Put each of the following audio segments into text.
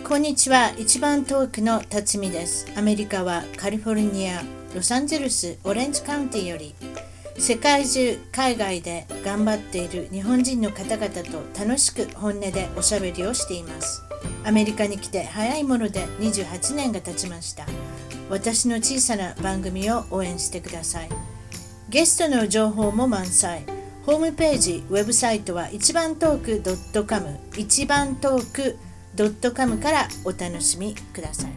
こんにちは。一番遠くの辰巳です。アメリカはカリフォルニア、ロサンゼルス、オレンジカウンティより世界中、海外で頑張っている日本人の方々と楽しく本音でおしゃべりをしています。アメリカに来て早いもので28年が経ちました。私の小さな番組を応援してください。ゲストの情報も満載。ホームページ、ウェブサイトは一番トーク .com 一番トーク.com からお楽しみください。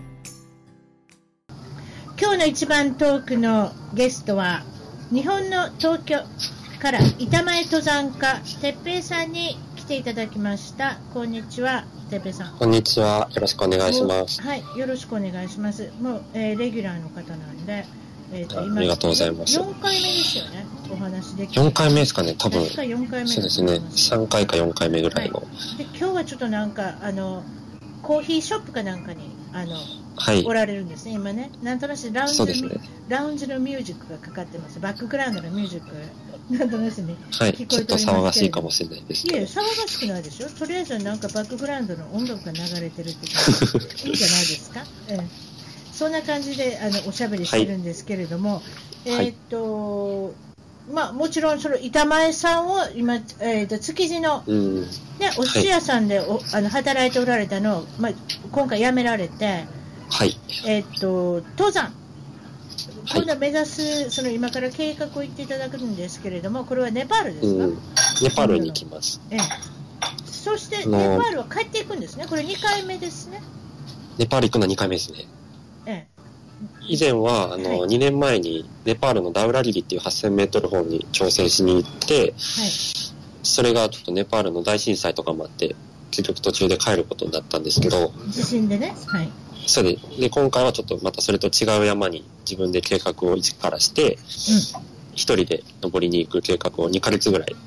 今日の一番トークのゲストは日本の東京から板前登山家哲平さんに来ていただきました。こんにちは、哲平さん。 こんにちは、よろしくお願いします。 はい、よろしくお願いします。もう、レギュラーの方なんで、 今ありがとうございます。 4回目ですよね、お話できて。 4回目ですかね、多分。 4回目そうですね、3回か4回目ぐらいの。 はい、で今日はちょっとなんかコーヒーショップかなんかにはい、 おられるんですね、今ね。なんとなしラウンジのミュージックがかかってます。バックグラウンドのミュージックなんとなしね、 はい、聞こえておりますけれども、ちょっと騒がしいかもしれないですけど。 いえ、騒がしくないでしょ。とりあえずなんかバックグラウンドの音楽が流れてるって感じいいんじゃないですか。そんな感じでおしゃべりしてるんですけれども、はい、まあ、もちろんその板前さんを今、築地の、ね、お寿司屋さんで働いておられたのを、まあ、今回辞められて、 はい、 登山、今度目指すその今から計画を言っていただくんですけれども、これはネパールですか？ ネパールに行きます。 そしてネパールは帰っていくんですね。これ2回目ですね。 ネパール行くのは2回目ですね。以前は2年前にネパールのダウラリリっていう8000メートル方に挑戦しに行って、それがちょっとネパールの大震災とかもあって結局途中で帰ることになったんですけど、 地震でね、はい、 そうで今回はちょっとまたそれと違う山に自分で計画を一からして、一人で登りに行く計画を2ヶ月ぐらい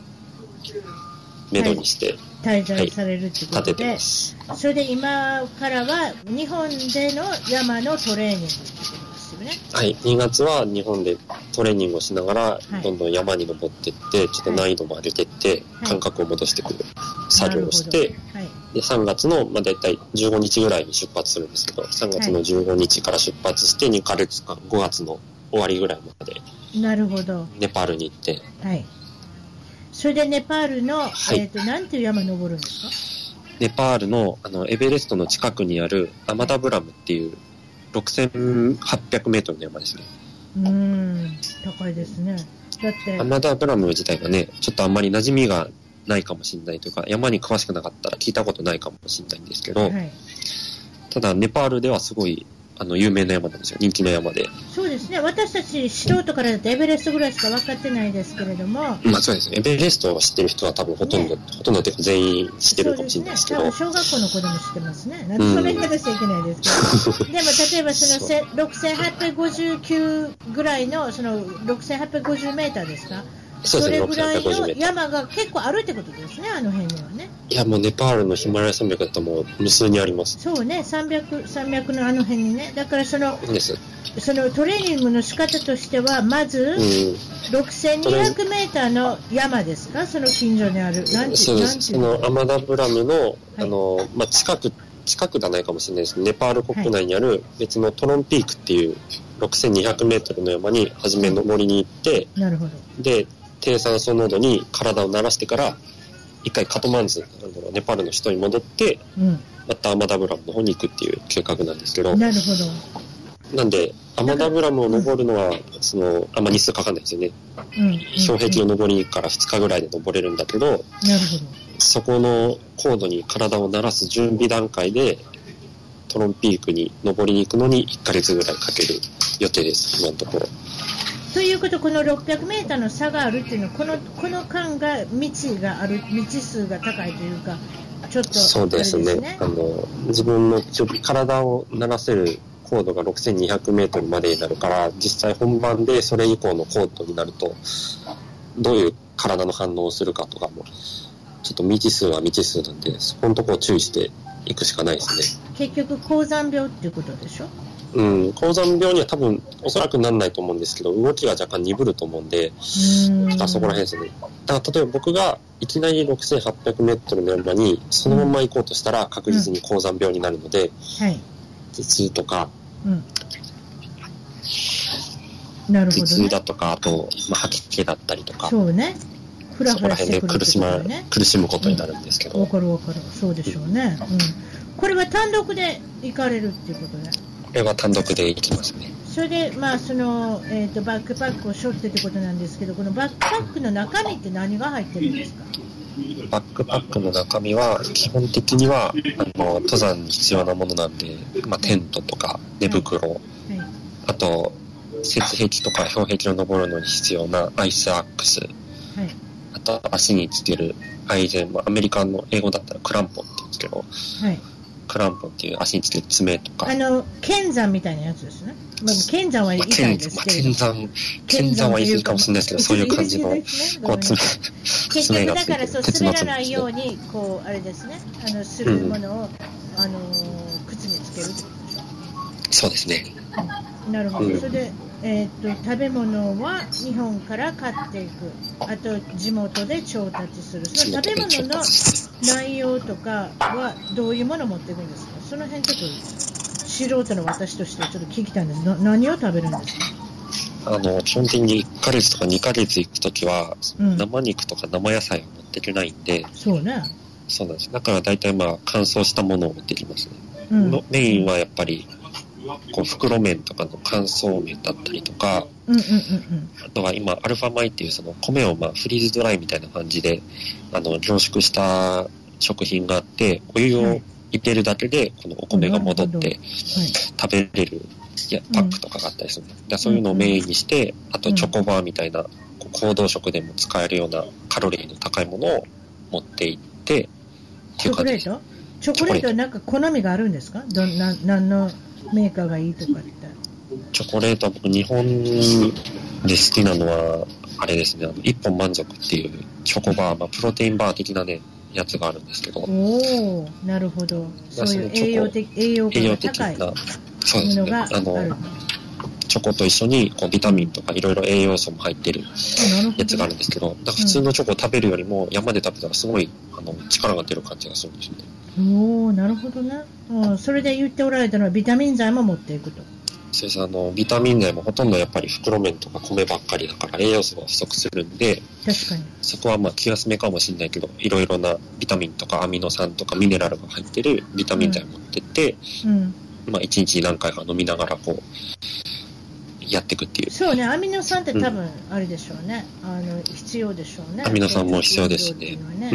めどにして、 滞在されるってことで、 立ててます。 それで今からは日本での山のトレーニングってことですよね。 はい、2月は日本でトレーニングをしながら、どんどん山に登っていってちょっと難易度も上げていって、感覚を戻してくる作業をして、で3月の、まあ、だいたい15日ぐらいに出発するんですけど、3月の15日から出発して2ヶ月間、5月の終わりぐらいまでなるほどネパールに行って、 それでネパールの、なんていう山登るんですか？ ネパールの、エベレストの近くにあるアマダブラムっていう6800メートルの山ですね。 高いですね。だってアマダブラム自体がね、ちょっとあんまり馴染みがないかもしれないというか、山に詳しくなかったら聞いたことないかもしれないんですけど、ただネパールではすごい有名な山なんですよ。人気の山で。 そうですね。私たち素人からだとエベレストぐらいしか分かってないですけれども。 まあそうですね。エベレストを知ってる人は多分ほとんどというか全員知ってるかもしれないですけど。 小学校の子でも知ってますね。なんでそんな言い方しちゃいけないですけど。でも例えばその6859ぐらいのその6850メーターですか？それぐらいの山が結構あるってことですね、あの辺にはね。 いやもうネパールのヒマラヤ山脈だともう無数にあります。 そうね、山脈のあの辺にね。だからそのトレーニングの仕方としてはまず、6200メーターの山ですか？その近所にある。 そうです。そのアマダブラムの、まあ、近くではないかもしれないですけど、ネパール国内にある別のトロンピークっていう6200メートルの山に初め登りに行って、 なるほど。 で低酸素濃度に体を慣らしてから一回カトマンズ、ネパールの首都に戻って、またアマダブラムの方に行くっていう計画なんですけど。 なるほど。 なんでアマダブラムを登るのはあんま日数かかんないですよね。障壁を登りに行くから2日ぐらいで登れるんだけど、 なるほど。 そこの高度に体を慣らす準備段階でトロンピークに登りに行くのに1ヶ月ぐらいかける予定です、今のところ。 ということ、この600メーターの差があるっていうのは、この間が未知数が高いというか、ちょっと、 そうですね。自分の体を慣らせる高度が6200メートルまでになるから、実際本番でそれ以降の高度になると、どういう体の反応をするかとかも、ちょっと未知数は未知数なんで、そこのところを注意していくしかないですね。 結局、高山病っていうことでしょ？ 高山病には多分おそらくなんないと思うんですけど、動きが若干鈍ると思うんで、だからそこら辺ですね。 だから例えば僕がいきなり6800メートルの山にそのまま行こうとしたら確実に高山病になるので、頭痛とか、 なるほどね、 頭痛だとか、あと、吐き気だったりとか、 そうね、フラフラしてくるってことだね。 苦しむことになるんですけど。 わかるわかる、そうでしょうね。これは単独で行かれるっていうことで。 これは単独で行きますね。 それで、その、バックパックを背負ってってことなんですけど、このバックパックの中身って何が入ってるんですか？ バックパックの中身は、基本的には、登山に必要なものなんで、テントとか寝袋、あと、雪壁とか氷壁を登るのに必要なアイスアックス、あと足につけるアイゼン、アメリカの英語だったらクランポンって言うんですけど、クランポンっていう足につける爪とか。 剣山みたいなやつですね。剣山は痛いですけど。 剣山は言い過ぎかもしれないですけど、そういう感じの、 結局だから滑らないように、あれですね、するものを、靴につけるってことでしょ。 そうですね。 なるほど。それで、食べ物は日本から買っていく。あと、地元で調達する。その食べ物の内容とかはどういうものを持っていくんですか？その辺ちょっと素人の私としてちょっと聞きたいんです。何を食べるんですか？ 基本的に1ヶ月とか2ヶ月行くときは、生肉とか生野菜を持っていけないんで、 そうね。 そうなんです。だから大体乾燥したものを持ってきますね。メインはやっぱり、袋麺とかの乾燥麺だったりとか、あとは今アルファ米っていうその米をフリーズドライみたいな感じで凝縮した食品があって、お湯を入れるだけでこのお米が戻って食べれるパックとかがあったりするので、そういうのをメインにして、あとチョコバーみたいな行動食でも使えるようなカロリーの高いものを持っていってっていう感じです。 チョコレートはなんか好みがあるんですか？何のメーカーがいいとかって。 チョコレートは僕日本で好きなのはあれですね、一本満足っていうチョコバー、プロテインバー的なねやつがあるんですけど。 おー、なるほど。そういう栄養価が高いものがある。 チョコと一緒にビタミンとかいろいろ栄養素も入ってるやつがあるんですけど、だから普通のチョコを食べるよりも山で食べたらすごい力が出る感じがするんですよね。 おー、なるほどね。それで言っておられたのはビタミン剤も持っていくと。 そうです。ビタミン剤もほとんどやっぱり袋麺とか米ばっかりだから栄養素が不足するんで、 確かにそこは気休めかもしれないけど、いろいろなビタミンとかアミノ酸とかミネラルが入ってるビタミン剤を持ってって、1日何回か飲みながらやっていくっていう。 そうね、アミノ酸って多分あれでしょうね、必要でしょうね。 アミノ酸も必要ですね。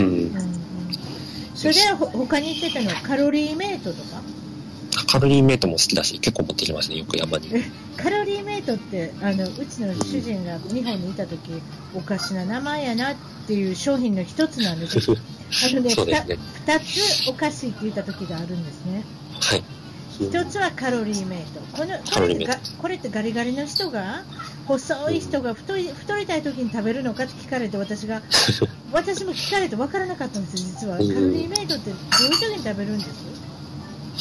それで他に言ってたのはカロリーメイトとか。 カロリーメイトも好きだし、結構持ってきますね、よく山に。 カロリーメイトってうちの主人が日本にいた時、おかしな名前やなっていう商品の一つなんですよ。 そうですね。 2つおかしいって言った時があるんですね。 はい。 一つはカロリーメイト。これってガリガリの人が、細い人が太りたい時に食べるのかって聞かれて、私も聞かれて分からなかったんですよ、実は。カロリーメイトってどういう時に食べるんです？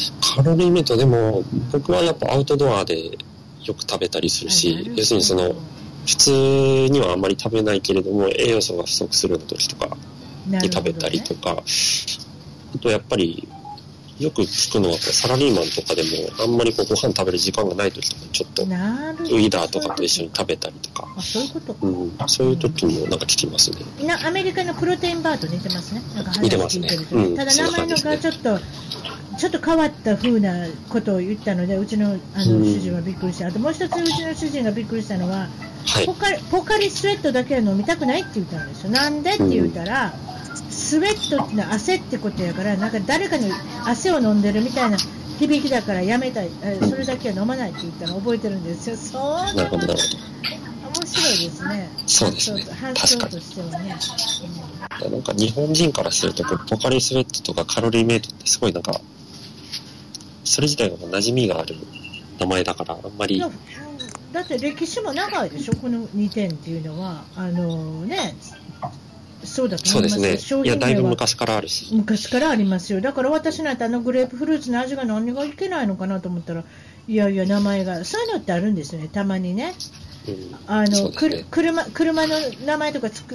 カロリーメイトでも、僕はやっぱアウトドアでよく食べたりするし、要するに普通にはあんまり食べないけれども、栄養素が不足する時とかに食べたりとか、あとやっぱり、よく聞くのはサラリーマンとかでもあんまりご飯食べる時間がない時とかにちょっとウィダーとかと一緒に食べたりとか、 そういうことか、 そういう時もなんか聞きますね。 アメリカのプロテインバーと似てますね。なんか似てますね。 ただ名前のがちょっと変わった風なことを言ったので、うちの主人はびっくりした。あともう一つうちの主人がびっくりしたのは、ポカリスエットだけは飲みたくないって言ったんですよ。なんでって言ったら、スウェットってのは汗ってことやから、なんか誰かに汗を飲んでるみたいな響きだからやめたい、それだけは飲まないって言ったのを覚えてるんですよ。そうなるほど。面白いですね。 そうですね。 発想としてはね。 なんか日本人からするとポカリスエットとかカロリーメイトってすごいなんかそれ自体が馴染みがある名前だからあんまり。 だって歴史も長いでしょ、この2点っていうのは。ね。そうだと思います。 そうですね。いや、だいぶ昔からあるし。 昔からありますよ。だから私なんてグレープフルーツの味が何がいけないのかなと思ったら、いやいや、名前が、そういうのってあるんですよね、たまにね。車の名前とか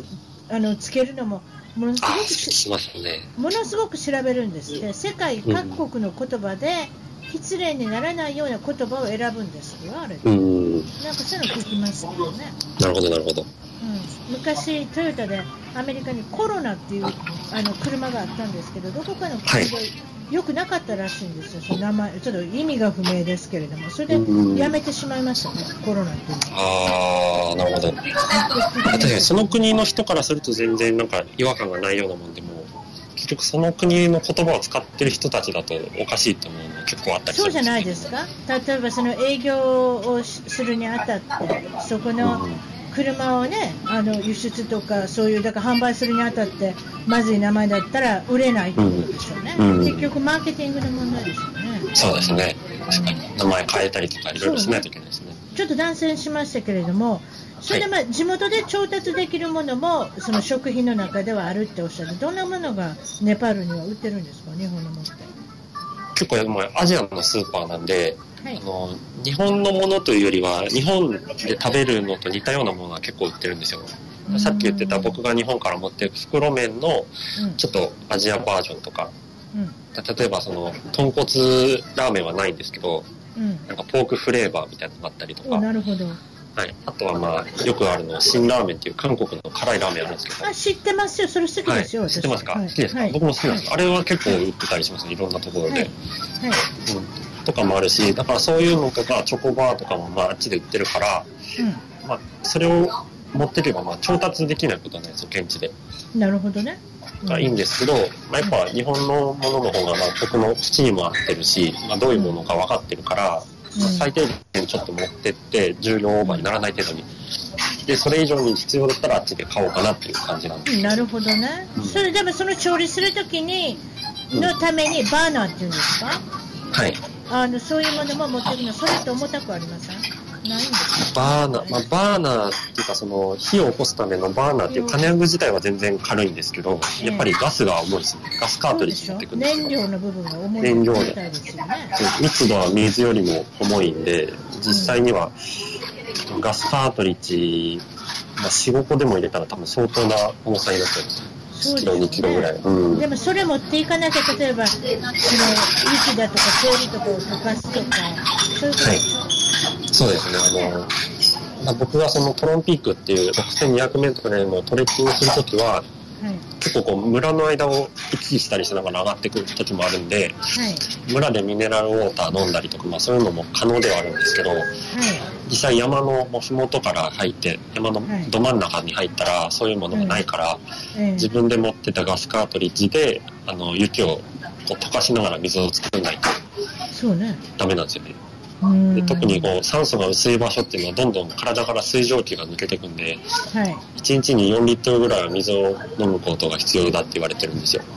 つけるのもものすごくしますね。 ものすごく調べるんですって。世界各国の言葉で失礼にならないような言葉を選ぶんですよ、あれ。なんかそういうの聞きますけどね。 なるほどなるほど。 昔トヨタでアメリカにコロナっていう車があったんですけど、どこかの国で良くなかったらしいんですよ、その名前。ちょっと意味が不明ですけれども、それでやめてしまいましたね、コロナっていうのは。 なるほど。確かにその国の人からすると全然なんか違和感がないようなもんでも、結局その国の言葉を使ってる人たちだとおかしいって思うの結構あったりするんですよね。 そうじゃないですか。例えばその営業をするにあたって、そこの車をね、輸出とかそういうだから販売するにあたってまずい名前だったら売れないってことでしょうね。結局マーケティングの問題でしょうね。 そうですね。確かに名前変えたりとかいろいろしないといけないですね。 ちょっと断線しましたけれども、それで地元で調達できるものもその食品の中ではあるっておっしゃって、どんなものがネパールには売ってるんですか、日本のものって。 結構もうアジアのスーパーなんで、日本のものというよりは日本で食べるのと似たようなものが結構売ってるんですよ。さっき言ってた僕が日本から持っていく袋麺のちょっとアジアバージョンとか、例えばその豚骨ラーメンはないんですけど、なんかポークフレーバーみたいなのがあったりとか。 なるほど。 はい、あとはよくあるのは辛ラーメンっていう韓国の辛いラーメンあるんですけど。 知ってますよ、それ好きですよ。 知ってますか？好きですか？僕も好きなんです。あれは結構売ってたりしますね、いろんなところで。とかもあるし、だからそういうのとかチョコバーとかもあっちで売ってるから、それを持っていけば調達できないことはないですよ、現地で。 なるほどね。 がいいんですけど、やっぱ日本のものの方が僕の口にも合ってるし、どういうものか分かってるから、最低限ちょっと持ってって重量オーバーにならない程度に、でそれ以上に必要だったらあっちで買おうかなっていう感じなんです。 なるほどね。それでもその調理するときにのためにバーナーっていうんですか？ はい。 そういうものも持っていくの、それって重たくありません？ないんですか？ バーナーっていうか、その火を起こすためのバーナーっていう金具自体は全然軽いんですけど、やっぱりガスが重いですね。ガスカートリッジ持ってくるんですよ。 燃料の部分が重いみたいですよね。 密度は水よりも重いんで、実際にはガスカートリッジ、4、5個でも入れたら多分相当な重さになっちゃうんですよ。1キロ、2キロぐらい。 でもそれ持っていかなきゃ、例えばその雪だとか氷とかを溶かすとか、そういうことでしょ？ そうですね。僕がそのトロンピークっていう6200メートルのトレッキングするときは、結構村の間を行き来したりしながら上がってくる時もあるんで、村でミネラルウォーター飲んだりとか、そういうのも可能ではあるんですけど、実際山の麓から入って山のど真ん中に入ったらそういうものがないから、自分で持ってたガスカートリッジで雪を溶かしながら水を作らないとダメなんですよね。で特に酸素が薄い場所っていうのはどんどん体から水蒸気が抜けていくんで、1日に4リットルぐらいは水を飲むことが必要だって言われてるんですよ。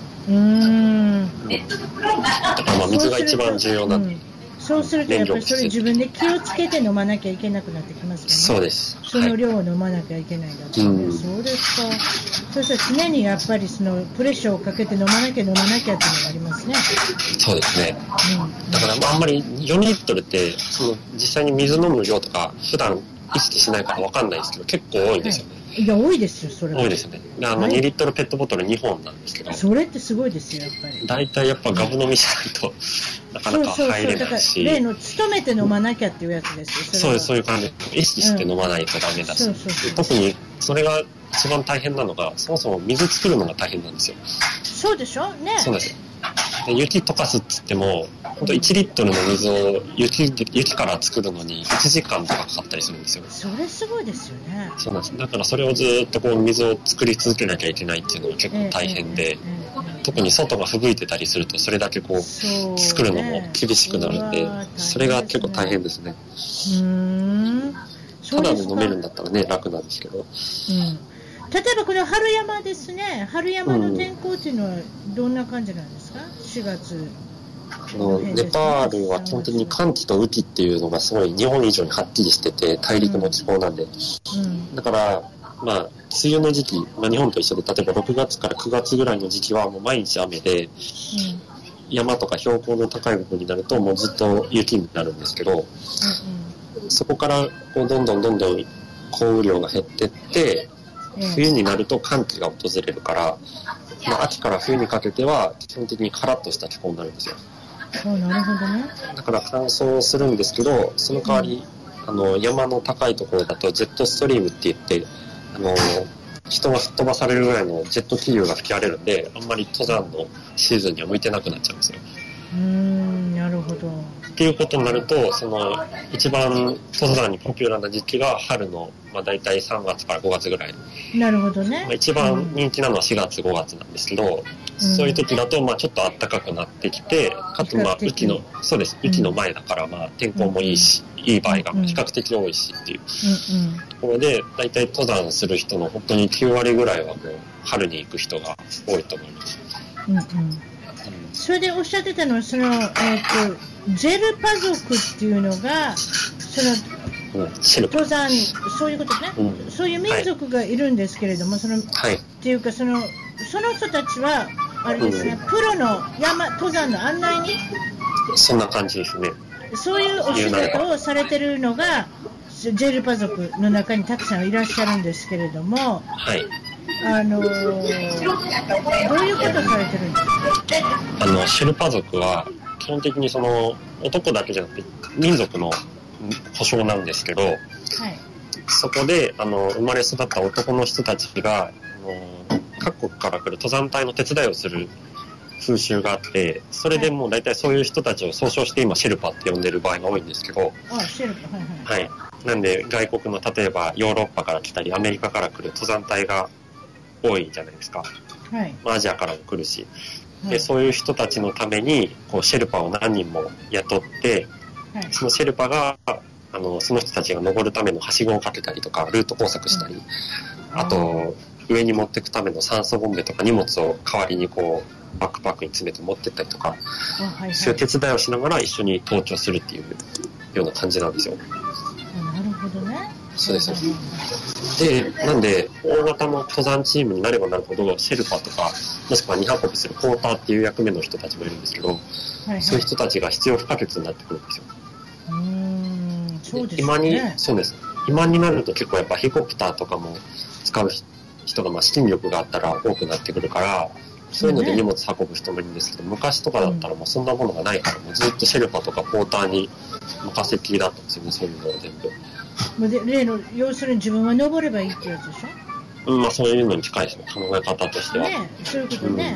だから水が一番重要なんで、 そうするとやっぱりそれ自分で気をつけて飲まなきゃいけなくなってきますよね。 そうです。 その量を飲まなきゃいけないんだって、そうですか。そしたら常にやっぱりそのプレッシャーをかけて飲まなきゃっていうのがありますね。 そうですね。だからあんまり4リットルって実際に水飲む量とか普段意識しないから分かんないですけど結構多いんですよね。 いや、多いですよ、それは。 多いですよね。2リットルペットボトル2本なんですけど。 それってすごいですよ、やっぱり。 大体やっぱガブ飲みしないと、なかなか入れないし。 例の、勤めて飲まなきゃっていうやつですよ。 そうです、そういう感じ。意識して飲まないとダメだし。特に、それが一番大変なのが、そもそも水作るのが大変なんですよ。 そうでしょね。 そうです。で雪溶かすって言っても、本当1リットルの水を雪から作るのに1時間とかかかったりするんですよ。 それすごいですよね。 そうなんです。だからそれをずっと水を作り続けなきゃいけないっていうのが結構大変で、特に外が吹雪いてたりするとそれだけ作るのも厳しくなるんで、それが結構大変ですね。ただで飲めるんだったらね、楽なんですけど。 例えばこの春山ですね。春山の天候っていうのはどんな感じなんですか？4月。 ネパールは基本的に寒気と雨季っていうのがすごい日本以上にはっきりしてて、大陸の気候なんで。だから、梅雨の時期、日本と一緒で、例えば6月から9月ぐらいの時期はもう毎日雨で、山とか標高の高い部分になるともうずっと雪になるんですけど、そこからどんどん降雨量が減ってって、 冬になると寒気が訪れるから、秋から冬にかけては基本的にカラッとした気候になるんですよ。 なるほどね。 だから乾燥するんですけど、その代わり、山の高いところだとジェットストリームって言って、人が吹っ飛ばされるぐらいのジェット気流が吹き荒れるんで、あんまり登山のシーズンには向いてなくなっちゃうんですよ。 なるほど。 っていうことになると、一番登山にポピュラーな時期が春の、だいたい3月から5月ぐらい。 なるほどね。 一番人気なのは4月5月なんですけど、そういう時だとちょっと暖かくなってきて、かつ雨季の前だから天候もいいし、いい場合が比較的多いしっていうところで、だいたい登山する人の本当に9割ぐらいはもう春に行く人が多いと思います。 それでおっしゃってたのはジェルパ族っていうのが登山、そういうことね、そういう民族がいるんですけれども、っていうかその人たちはあれですね、プロの登山の案内にそんな感じですね。そういうお仕事をされてるのがジェルパ族の中にたくさんいらっしゃるんですけれども、どういうことをされてるんですか？ シェルパ族は基本的に男だけじゃなくて民族の保障なんですけど、そこで生まれ育った男の人たちが各国から来る登山隊の手伝いをする風習があって、それでもう大体そういう人たちを総称して今シェルパって呼んでる場合が多いんですけど、 シェルパ、 なんで外国の例えばヨーロッパから来たりアメリカから来る登山隊が多いじゃないですか。アジアからも来るし、でそういう人たちのためにシェルパを何人も雇って、そのシェルパがその人たちが登るためのはしごをかけたりとかルート工作したり、あと上に持っていくための酸素ボンベとか荷物を代わりにバックパックに詰めて持ってったりとか、そういう手伝いをしながら一緒に登頂するっていうような感じなんですよ。 なるほどね。 そうです。で、なんで大型の登山チームになればなるほどシェルパとかもしくは荷運びするポーターっていう役目の人たちもいるんですけど、そういう人たちが必要不可欠になってくるんですよ。 そうですね。 そうです。今になると結構やっぱヘリコプターとかも使う人が資金力があったら多くなってくるから、そういうので荷物運ぶ人もいるんですけど、昔とかだったらもうそんなものがないから、もうずっとシェルパとかポーターに任せっきりだったんですよね、そういうのを全部。 要するに自分は登ればいいってやつでしょ？ そういうのに近いですね、考え方としては。 そういうことね。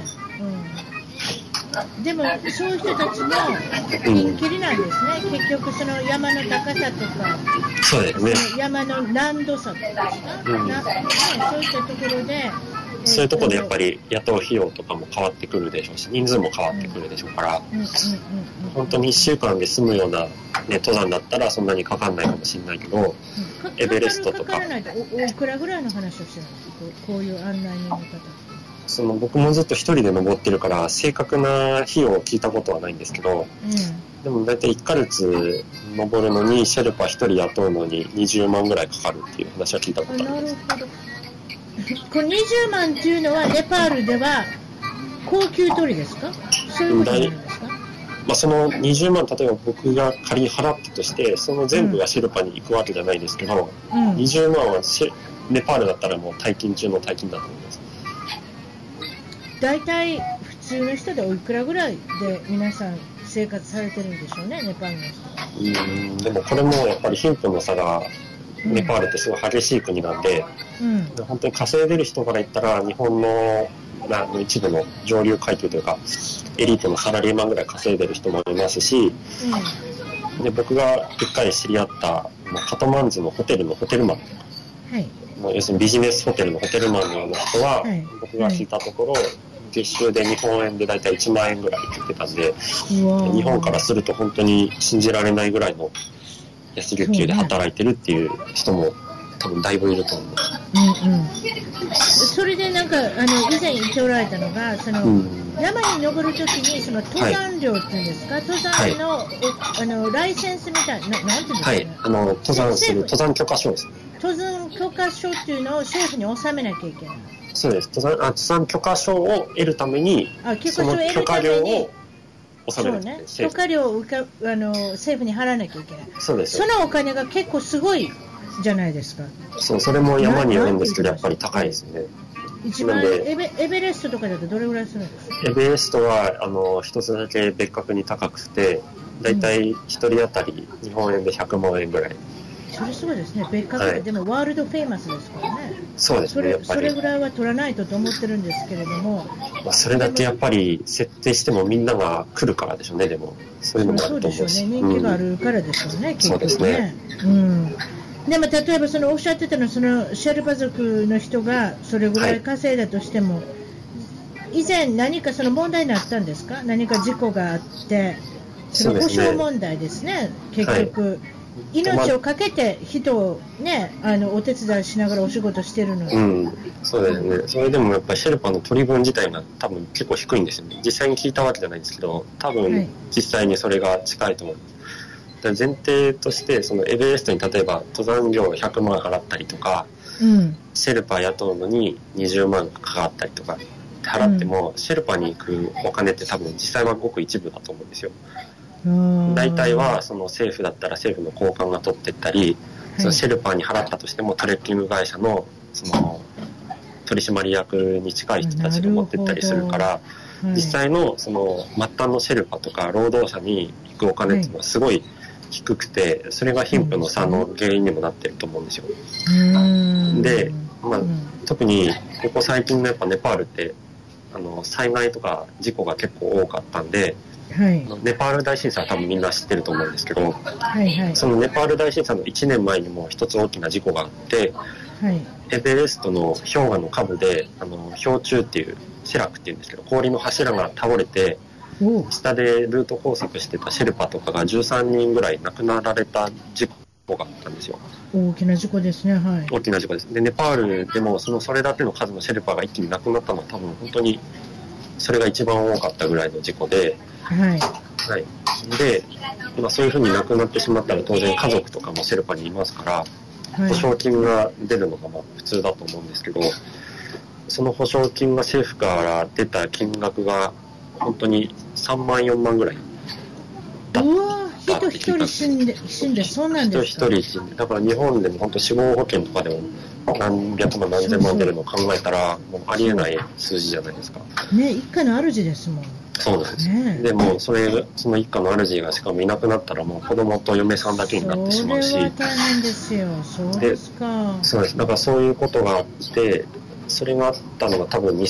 でもそういう人たちもピンキリなんですね。結局山の高さとか、 そうですね。 山の難度差とかですか、そういったところで、 そういうところでやっぱり雇う費用とかも変わってくるでしょうし、人数も変わってくるでしょうから、本当に1週間で済むような、登山だったらそんなにかかんないかもしれないけど、エベレストとか。 おいくらぐらいの話をしてるんですか、こういう案内人の方。 僕もずっと一人で登ってるから正確な費用を聞いたことはないんですけど、でも大体1ヶ月登るのにシェルパ1人雇うのに20万ぐらいかかるっていう話は聞いたことあるんです。 なるほど。これ20万っていうのはネパールでは高級取りですか？そういうことになるんですか？ その20万、例えば僕が仮に払ったとしてその全部がシェルパに行くわけじゃないですけど、20万はネパールだったらもう大金中の大金だと思います。 大体普通の人でおいくらぐらいで皆さん生活されてるんでしょうね、ネパールの人は。 でもこれもやっぱり貧富の差がネパールってすごい激しい国なんで、本当に稼いでる人から言ったら日本の一部の上流階級というかエリートのサラリーマンぐらい稼いでる人もいますし、で僕が一回知り合ったカトマンズのホテルマン、要するにビジネスホテルのホテルマンのような人は、僕が聞いたところ、月収で日本円でだいたい1万円ぐらいって言ってたんで、日本からすると本当に信じられないぐらいの安月給で働いてるっていう人も多分だいぶいると思います。 それで以前言っておられたのが山に登るときに登山料っていうんですか、登山のライセンスみたいな、なんていうんですかね、 登山する登山許可証ですね。 登山許可証っていうのを政府に納めなきゃいけない。 そうです。登山許可証を得るために、その許可料を納める。 許可料を政府に払わなきゃいけない。 そうです。 そのお金が結構すごいじゃないですか。 そう、それも山によるんですけど、やっぱり高いですね。 一番エベレストとかだとどれぐらいするんですか？ エベレストは一つだけ別格に高くて、だいたい1人当たり日本円で100万円ぐらい。 それすごいですね。別格で、でもワールドフェイマスですからね。 そうですね、やっぱり。 それぐらいは取らないと思ってるんですけれども。 それだけやっぱり設定してもみんなが来るからでしょうね、でも。そういうのもあると思うし。 そうでしょうね。人気があるからでしょうね、結局ね。 そうですね。 でも例えばおっしゃってたのはシェルパ族の人がそれぐらい稼いだとしても、以前何か問題になったんですか？何か事故があって保証問題ですね。結局、命をかけて人をねお手伝いしながらお仕事してるのに、 そうですね。それでもやっぱりシェルパの取り分自体が多分結構低いんですよね。実際に聞いたわけじゃないんですけど、多分実際にそれが近いと思います。前提としてエベレストに例えば登山料100万払ったりとか、シェルパ雇うのに20万かかったりとか払っても、シェルパに行くお金って多分実際はごく一部だと思うんですよ。大体は政府だったら政府の高官が取ってったり、シェルパに払ったとしてもトレッキング会社の取締役に近い人たちが持ってったりするから、実際の末端のシェルパとか労働者に行くお金っていうのはすごい低くて、それが貧富の差の原因にもなってると思うんですよ。で、特にここ最近のやっぱネパールって災害とか事故が結構多かったんで、ネパール大震災は多分みんな知ってると思うんですけど、そのネパール大震災の1年前にも一つ大きな事故があって、エベレストの氷河の下部で氷柱っていうシェラクっていうんですけど、氷の柱が倒れて下でルート工作してたシェルパとかが13人ぐらい亡くなられた事故があったんですよ。 大きな事故ですね。 大きな事故です。でネパールでもそれだけの数のシェルパが一気に亡くなったのは多分本当にそれが一番多かったぐらいの事故で、で、そういうふうに亡くなってしまったら当然家族とかもシェルパにいますから、保証金が出るのが普通だと思うんですけど、その保証金が政府から出た金額が本当に3万4万ぐらいだったって聞いた。 死んでそうなんですか？ 人死んで、だから日本でも本当死亡保険とかでも何百万何千万出るのを考えたらもうありえない数字じゃないですかね。一家の主ですもん。 そうなんです、でもその一家の主がしかもいなくなったらもう子供と嫁さんだけになってしまうし、 それは大変ですよ。そうですか。 そうです。だからそういうことがあって、それがあったのが多分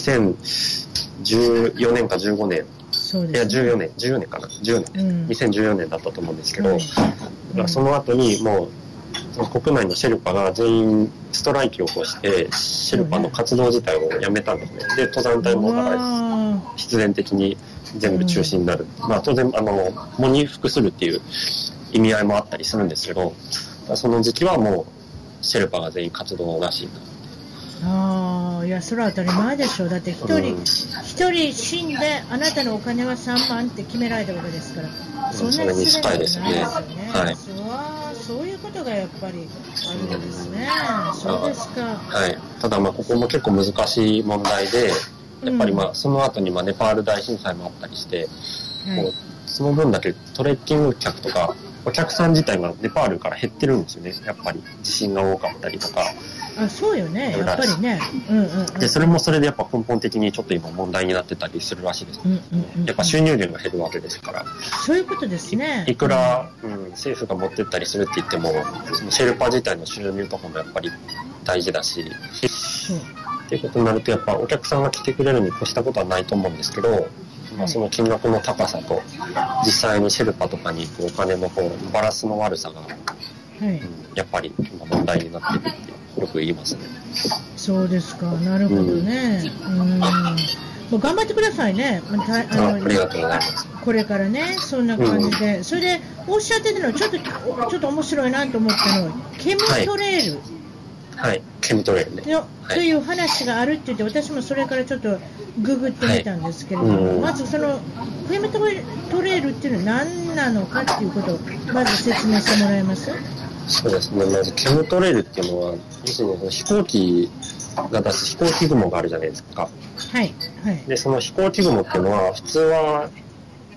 2014年か15年、いや14年かな、10年です、2014年だったと思うんですけど、だからその後にもうその国内のシェルパが全員ストライキを起こしてシェルパの活動自体をやめたんですね。で登山隊もだから必然的に全部中止になる、当然喪に服するっていう意味合いもあったりするんですけど、その時期はもうシェルパが全員活動なしになる。 いやそれは当たり前でしょう。だって一人死んであなたのお金は3万って決められたわけですから、そんなに失礼ですよね。そういうことがやっぱりあるんですね。そうですか。 ただここも結構難しい問題で、やっぱりその後にネパール大震災もあったりして、その分だけトレッキング客とかお客さん自体がネパールから減ってるんですよね。やっぱり地震が多かったりとか。 そうよね、やっぱりね。 でそれもそれでやっぱ根本的にちょっと今問題になってたりするらしいです。やっぱ収入源が減るわけですから。 そういうことですね。 いくら、政府が持ってったりするって言っても、そのシェルパ自体の収入とかもやっぱり大事だし、っていうことになるとやっぱお客さんが来てくれるに越したことはないと思うんですけど、その金額の高さと実際にシェルパとかに行くお金のバランスの悪さが、やっぱり今問題になってるってよく言いますね。 そうですか、なるほどね。もう頑張ってくださいね。 ありがとうございます。 これからね、そんな感じで、それでおっしゃってたのはちょっと面白いなと思ったのはケムトレール。 ケムトレールね。 という話があるって言って、私もそれからちょっとググってみたんですけれども、まずそのケムトレールっていうのは何なのかっていうことをまず説明してもらえます？ そうですね。まずケムトレールっていうのは要するに飛行機が出す飛行機雲があるじゃないですか。でその飛行機雲っていうのは普通は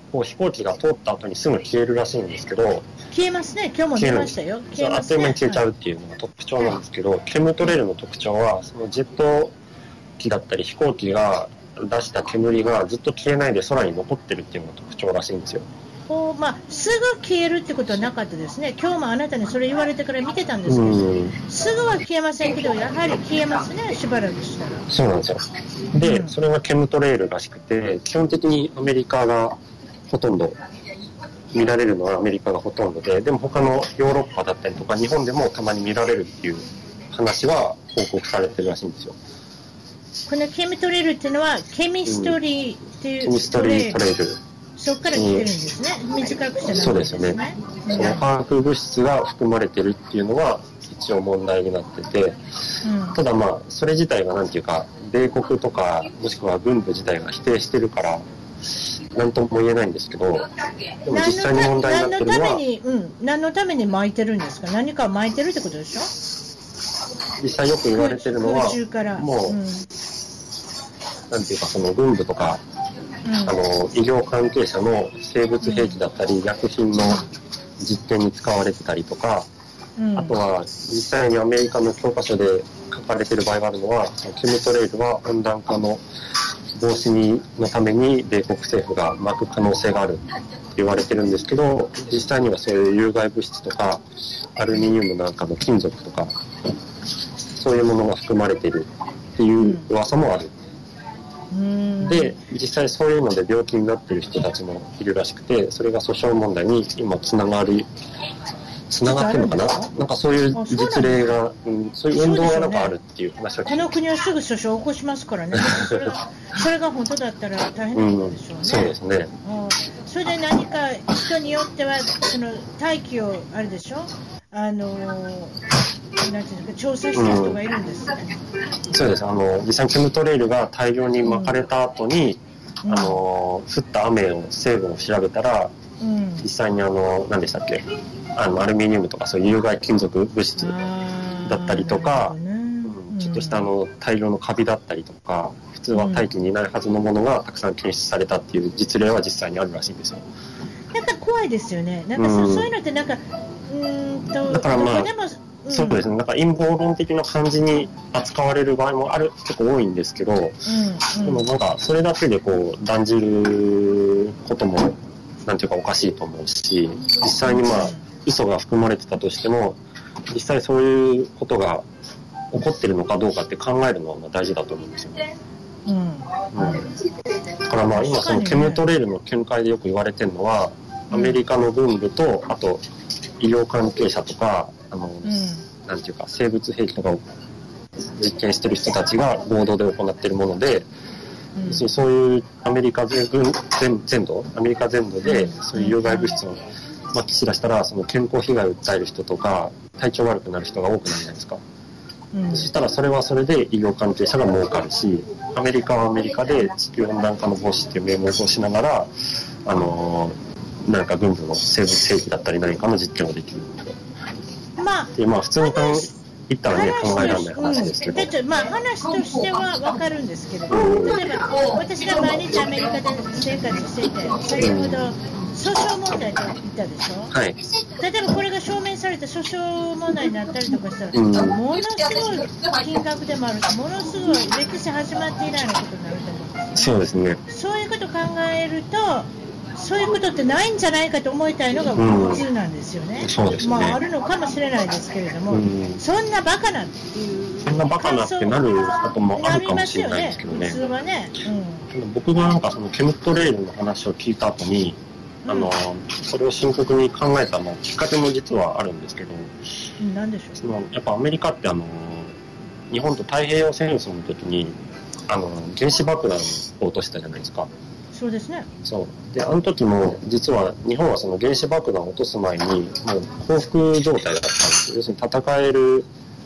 こう飛行機が通った後にすぐ消えるらしいんですけど、 消えますね。今日も出ましたよ。消えますね。 あっという間に消えちゃうっていうのが特徴なんですけど、ケムトレイルの特徴は、そのジェット機だったり飛行機が出した煙がずっと消えないで空に残ってるっていうのが特徴らしいんですよ。 すぐ消えるってことはなかったですね。今日もあなたにそれ言われてから見てたんですけど、すぐは消えませんけど、やはり消えますね、しばらくしたら。 そうなんですよ。で、それがケムトレイルらしくて、基本的にアメリカがほとんど、見られるのはアメリカがほとんどで、でも他のヨーロッパだったりとか日本でもたまに見られるっていう話は報告されてるらしいんですよ。 このケムトレイルっていうのはケミストリーっていう、 ケミストリートレイル。 そこから来てるんですね。短くしたそうですよね。その化学物質が含まれてるっていうのは一応問題になってて、ただそれ自体がなんていうか、米国とかもしくは軍部自体が否定してるから何とも言えないんですけど、でも実際に問題になってるのは何のために巻いてるんですか。何か巻いてるってことでしょ。 実際よく言われてるのはもう、なんていうか、その軍部とか医療関係者の生物兵器だったり薬品の実験に使われてたりとか、あとは実際にアメリカの教科書で書かれている場合があるのは、ケムトレイルは温暖化の防止のために米国政府が巻く可能性があるって言われてるんですけど、実際にはそういう有害物質とかアルミニウムなんかの金属とかそういうものが含まれているっていう噂もある。で、実際そういうので病気になっている人たちもいるらしくて、それが訴訟問題に今つながってるのかな。なんかそういう実例が、そういう運動がなんかあるっていう話を聞いて、 この国はすぐ訴訟を起こしますからね。それが本当だったら大変なことでしょうね。 そうですね。 それで何か人によってはその大気をあれでしょ。なんていうのか、調査した人がいるんですね。 そうです。実際にケムトレイルが大量に巻かれた後に、降った雨の成分を調べたら、実際に何でしたっけ、アルミニウムとかそういう有害金属物質だったりとか、ちょっとした大量のカビだったりとか、普通は大気にいないはずのものがたくさん検出されたっていう実例は実際にあるらしいんですよ。 なんか怖いですよね。なんかそういうのってなんかだからそうですね。なんか陰謀論的な感じに扱われる場合も結構多いんですけど、でもなんかそれだけでこう断じることもなんていうかおかしいと思うし、実際に嘘が含まれてたとしても、実際そういうことが起こってるのかどうかって考えるのは大事だと思うんですよね。だから今そのケムトレイルの見解でよく言われてるのは、アメリカの軍部とあと医療関係者とかなんていうか生物兵器とかを実験してる人たちが合同で行っているもので、そういうアメリカ全土でそういう有害物質をまき散らしたら、その健康被害を訴える人とか体調悪くなる人が多くなるじゃないですか。そしたらそれはそれで医療関係者が儲かるし、アメリカはアメリカで地球温暖化の防止っていう名目をしながらなんか軍部の生物兵器だったり何かの実験をできるので、普通に言ったらね考えられない話ですけど、 話としては分かるんですけれど、例えば私が毎日アメリカで生活していて、先ほど訴訟問題と言ったでしょ。例えばこれが証明されて訴訟問題になったりとかしたら、ものすごい金額でもあるし、ものすごい歴史始まって以来のことになると思うんですよね。 そうですね。 そういうことを考えると、そういうことってないんじゃないかと思いたいのが普通なんですよね。 そうですね。 あるのかもしれないですけれども、そんなバカなっていう。 そんなバカなってなることもあるかもしれないですけどね。 普通はね。 僕がなんかそのケムトレイルの話を聞いた後に、それを深刻に考えたきっかけも実はあるんですけど、 なんでしょう。 やっぱアメリカって日本と太平洋戦争の時に原子爆弾を落としたじゃないですか。 そうですね。 で、時も実は日本はその原子爆弾を落とす前にもう降伏状態だったんですよ。要するに戦える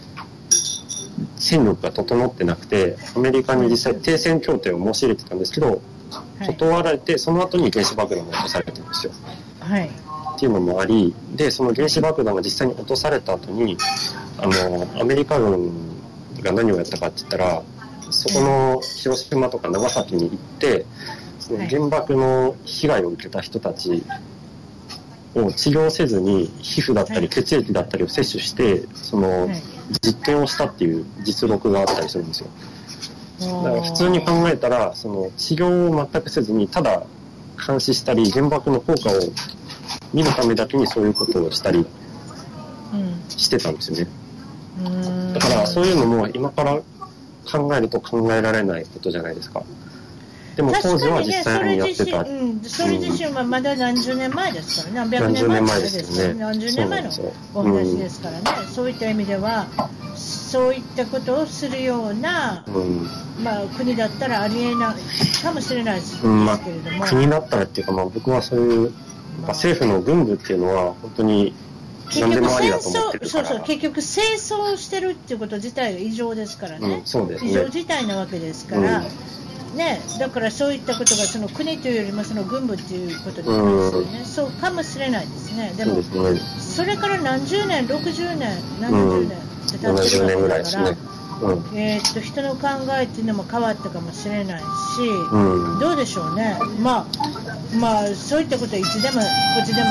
戦力が整ってなくて、アメリカに実際停戦協定を申し入れてたんですけど、断られて、その後に原子爆弾が落とされてるんですよ。っていうのもあり、でその原子爆弾が実際に落とされた後にアメリカ軍が何をやったかって言ったら、そこの広島とか長崎に行って、 その原爆の被害を受けた人たちを治療せずに皮膚だったり血液だったりを摂取してその実験をしたっていう実録があったりするんですよ。だから普通に考えたらその治療を全くせずにただ監視したり原爆の効果を見るためだけにそういうことをしたりしてたんですよね。だからそういうのも今から考えると考えられないことじゃないですか。でも当時は実際にやってた。 それ自身はまだ何十年前ですからね。 何十年前ですよね。 何十年前のお話ですからね。そういった意味ではそういったことをするような、まあ、国だったらありえないかもしれないですけれども、 国だったらっていうか、まあ、僕はそういう政府の軍部っていうのは本当に何でもありだと思ってるから。 結局戦争をしてるっていうこと自体が異常ですからね。 そうですね。 異常事態なわけですから、ね、だからそういったことがその国というよりもその軍部っていうことですよね。そうかもしれないですね。でもそれから何十年、60年、70年って経ってるわけだから、人の考えっていうのも変わったかもしれないし、どうでしょうね。まあそういったことはいつでもこっちでも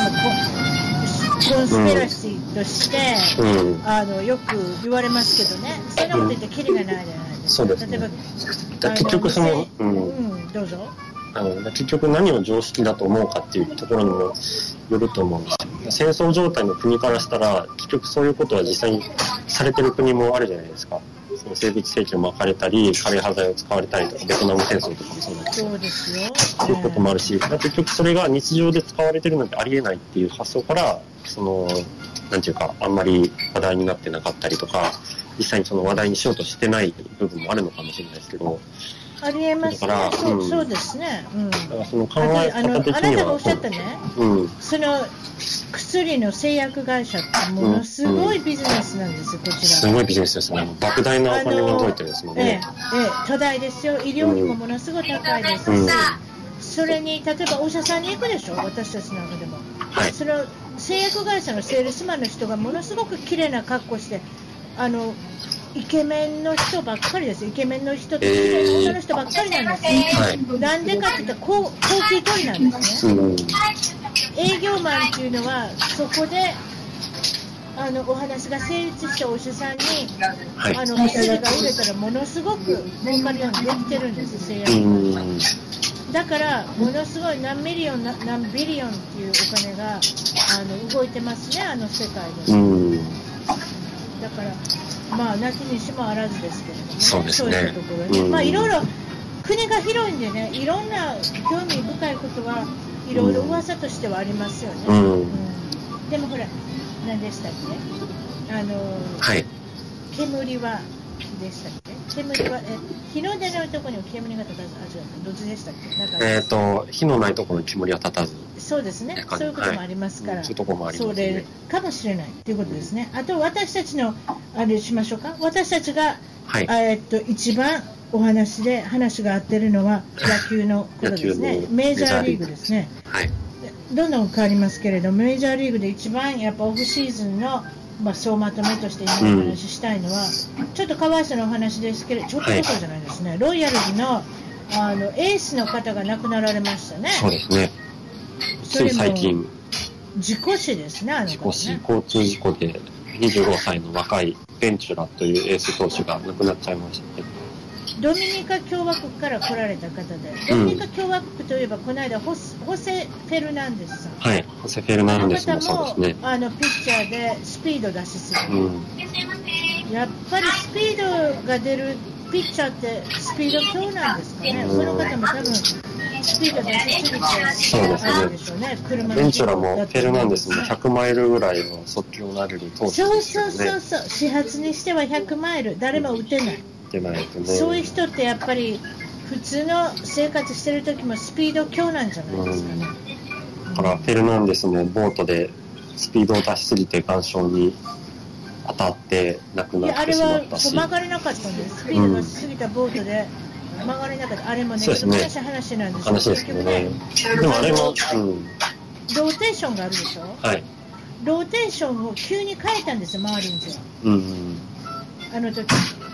コンスピラシーとして、よく言われますけどね。そんなこと言ってキリがないじゃないですか。 そうですね。 例えば結局その、 どうぞ。 結局何を常識だと思うかっていうところにもよると思うんですよ。戦争状態の国からしたら結局そういうことは実際にされてる国もあるじゃないですか。その生物兵器を巻かれたり枯葉剤を使われたりとかベトナム戦争とかもそうなんですよ。 そうですよ。 そういうこともあるし、結局それが日常で使われてるなんてありえないっていう発想からそのなんていうかあんまり話題になってなかったりとか実際にその話題にしようとしてない部分もあるのかもしれないですけど。 ありえますね。そうですね。 だからその考え方的には、 あなたがおっしゃったね、その薬の製薬会社ってものすごいビジネスなんですよ、こちら。 すごいビジネスですね。莫大なお金が動いてるんですもんね。 巨大ですよ。医療費もものすごい高いですし、それに例えばお医者さんに行くでしょ、私たちなんかでも。その製薬会社のセールスマンの人がものすごく綺麗な格好して、イケメンの人ばっかりです。イケメンの人って綺麗な女の人ばっかりなんですよ。なんでかって言ったら高級取りなんですね。営業マンっていうのはそこでお話が成立したお医者さんに薬が売れたらものすごく儲かるようにできてるんです、製薬会社。だからものすごい何ビリオンっていうお金が動いてますね、世界で。だからまあなきにしもあらずですけれども、 そうですね。 そういったところに、まあいろいろ国が広いんでね、いろんな興味深いことはいろいろ噂としてはありますよね。でもほら、何でしたっけ？煙はでしたっけ？煙は日の出ないところには煙が立たず、どっちでしたっけ？ 火のないところに煙は立たず。 そうですね。そういうこともありますから、 そういうところもありますね。 それかもしれないということですね。あと私たちのあれしましょうか。私たちが、一番お話が合ってるのは野球のことですね。メジャーリーグですね。どんどん変わりますけれど、メジャーリーグで一番やっぱオフシーズンの総まとめとして今お話ししたいのは、ちょっとかわいそうなお話ですけれど、ちょっとどころじゃないですね。ロイヤルズのエースの方が亡くなられましたね。 そうですね。つい最近事故死ですね。 交通事故で25歳の若いベンチュラというエース投手が亡くなっちゃいましたね。 ドミニカ共和国から来られた方で、ドミニカ共和国といえばこの間ホセ・フェルナンデスさん、 ホセ・フェルナンデスもそうですね。 ピッチャーでスピード出しすぎる、やっぱりスピードが出るピッチャーってスピード強なんですかね。その方も多分スピード出しすぎてあるでしょうね。 ベンチュラもフェルナンデスも100マイルぐらいの速球を投げる投手ですよね。 そう始発にしては100マイル誰も打てない。そういう人ってやっぱり普通の生活してる時もスピード強なんじゃないですかね。 だからフェルナンデスもボートでスピードを出しすぎて岩礁に当たって亡くなってしまったし、 あれは曲がれなかったんです。スピード出しすぎたボートで曲がれなかった。あれもね、ちょっと難しい話なんですけど、 話ですけどね。でもあれも、 ローテーションがあるでしょ。ローテーションを急に変えたんですよ、マーリンズは。あの時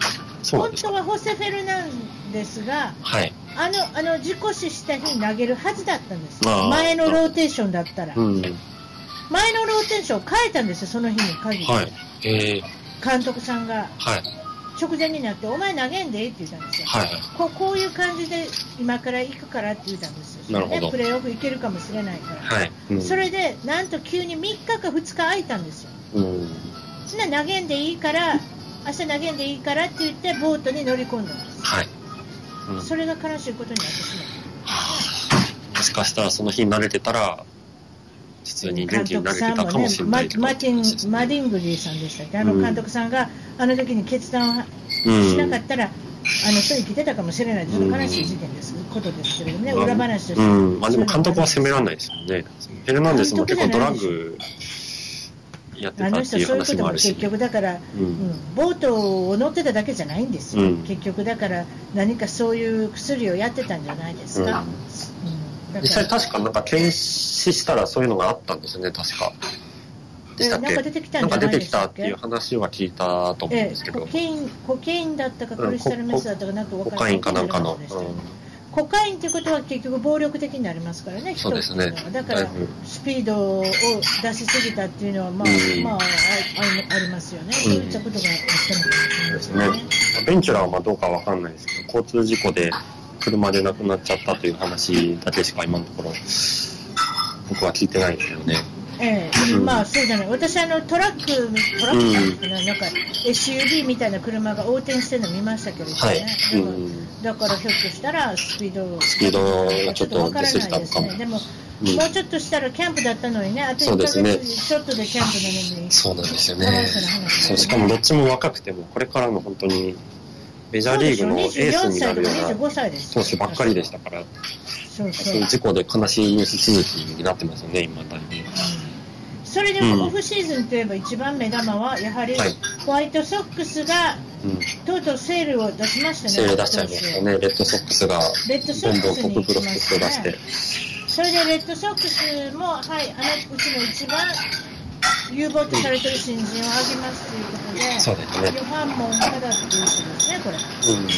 本当はホセ・フェルナンデスが、 はい、 事故死した日に投げるはずだったんですよ。前のローテーションだったら。前のローテーションを変えたんですよ、その日に限り。はい、監督さんが、はい、直前になって、お前投げんでいいって言ったんですよ。はい、こういう感じで今から行くからって言ったんですよ。なるほど。プレーオフ行けるかもしれないから。はい、それで、なんと急に3日か2日空いたんですよ。そんな投げんでいいから、明日投げんでいいからって言ってボートに乗り込んだんです。はい。それが悲しいことになってしまう。 もしかしたらその日に慣れてたら、普通に元気になれてたかもしれない。 マディングリーさんでしたっけ、監督さんがあの時に決断をしなかったら、人生きてたかもしれない。ちょっと悲しい事件です、ことですけれどもね、裏話として。 まあでも監督は責められないですよね。フェルナンデスも結構ドラッグやってたっていう話もあるし、 結局だから、ボートを乗ってただけじゃないんですよ、結局だから何かそういう薬をやってたんじゃないですか。 実際確かなんか検視したらそういうのがあったんですよね、確か。 なんか出てきたんじゃないですか。 なんか出てきたっていう話は聞いたと思うんですけど。 コケインだったかクリスタルメスだったかなんか分からない。 コカインかなんかの。 コカインということは結局暴力的になりますからね、 そうですね。 だからスピードを出しすぎたっていうのはまあありますよね。そういったことがあったのかもしれないですね。 ベンチュラーはどうかわかんないですけど、交通事故で車で亡くなっちゃったという話だけしか今のところ僕は聞いてないんですよね。 まあそうじゃない。私トラックなんか SUV みたいな車が横転してるの見ましたけどね。はい。だからひょっとしたらスピードがちょっと出過ぎたのかも。 でももうちょっとしたらキャンプだったのにね。あと1ヶ月ちょっとでキャンプなのに。 そうなんですよね。そうしかもどっちも若くてもこれからの本当にメジャーリーグのエースになるような投手ばっかりでしたから。そういう事故で悲しいニュース続きになってますよね、今大変。 それでもオフシーズンといえば一番目玉はやはりホワイトソックスがとうとうセールを出しましたね。 セール出しちゃいましたね。レッドソックスがどんどんトッププロスペクトを出して。 それでレッドソックスも、はい、うちの一番有望とされている新人を挙げますということで、 そうですね。 ヨハン・モンカダっていう人ですね、これ。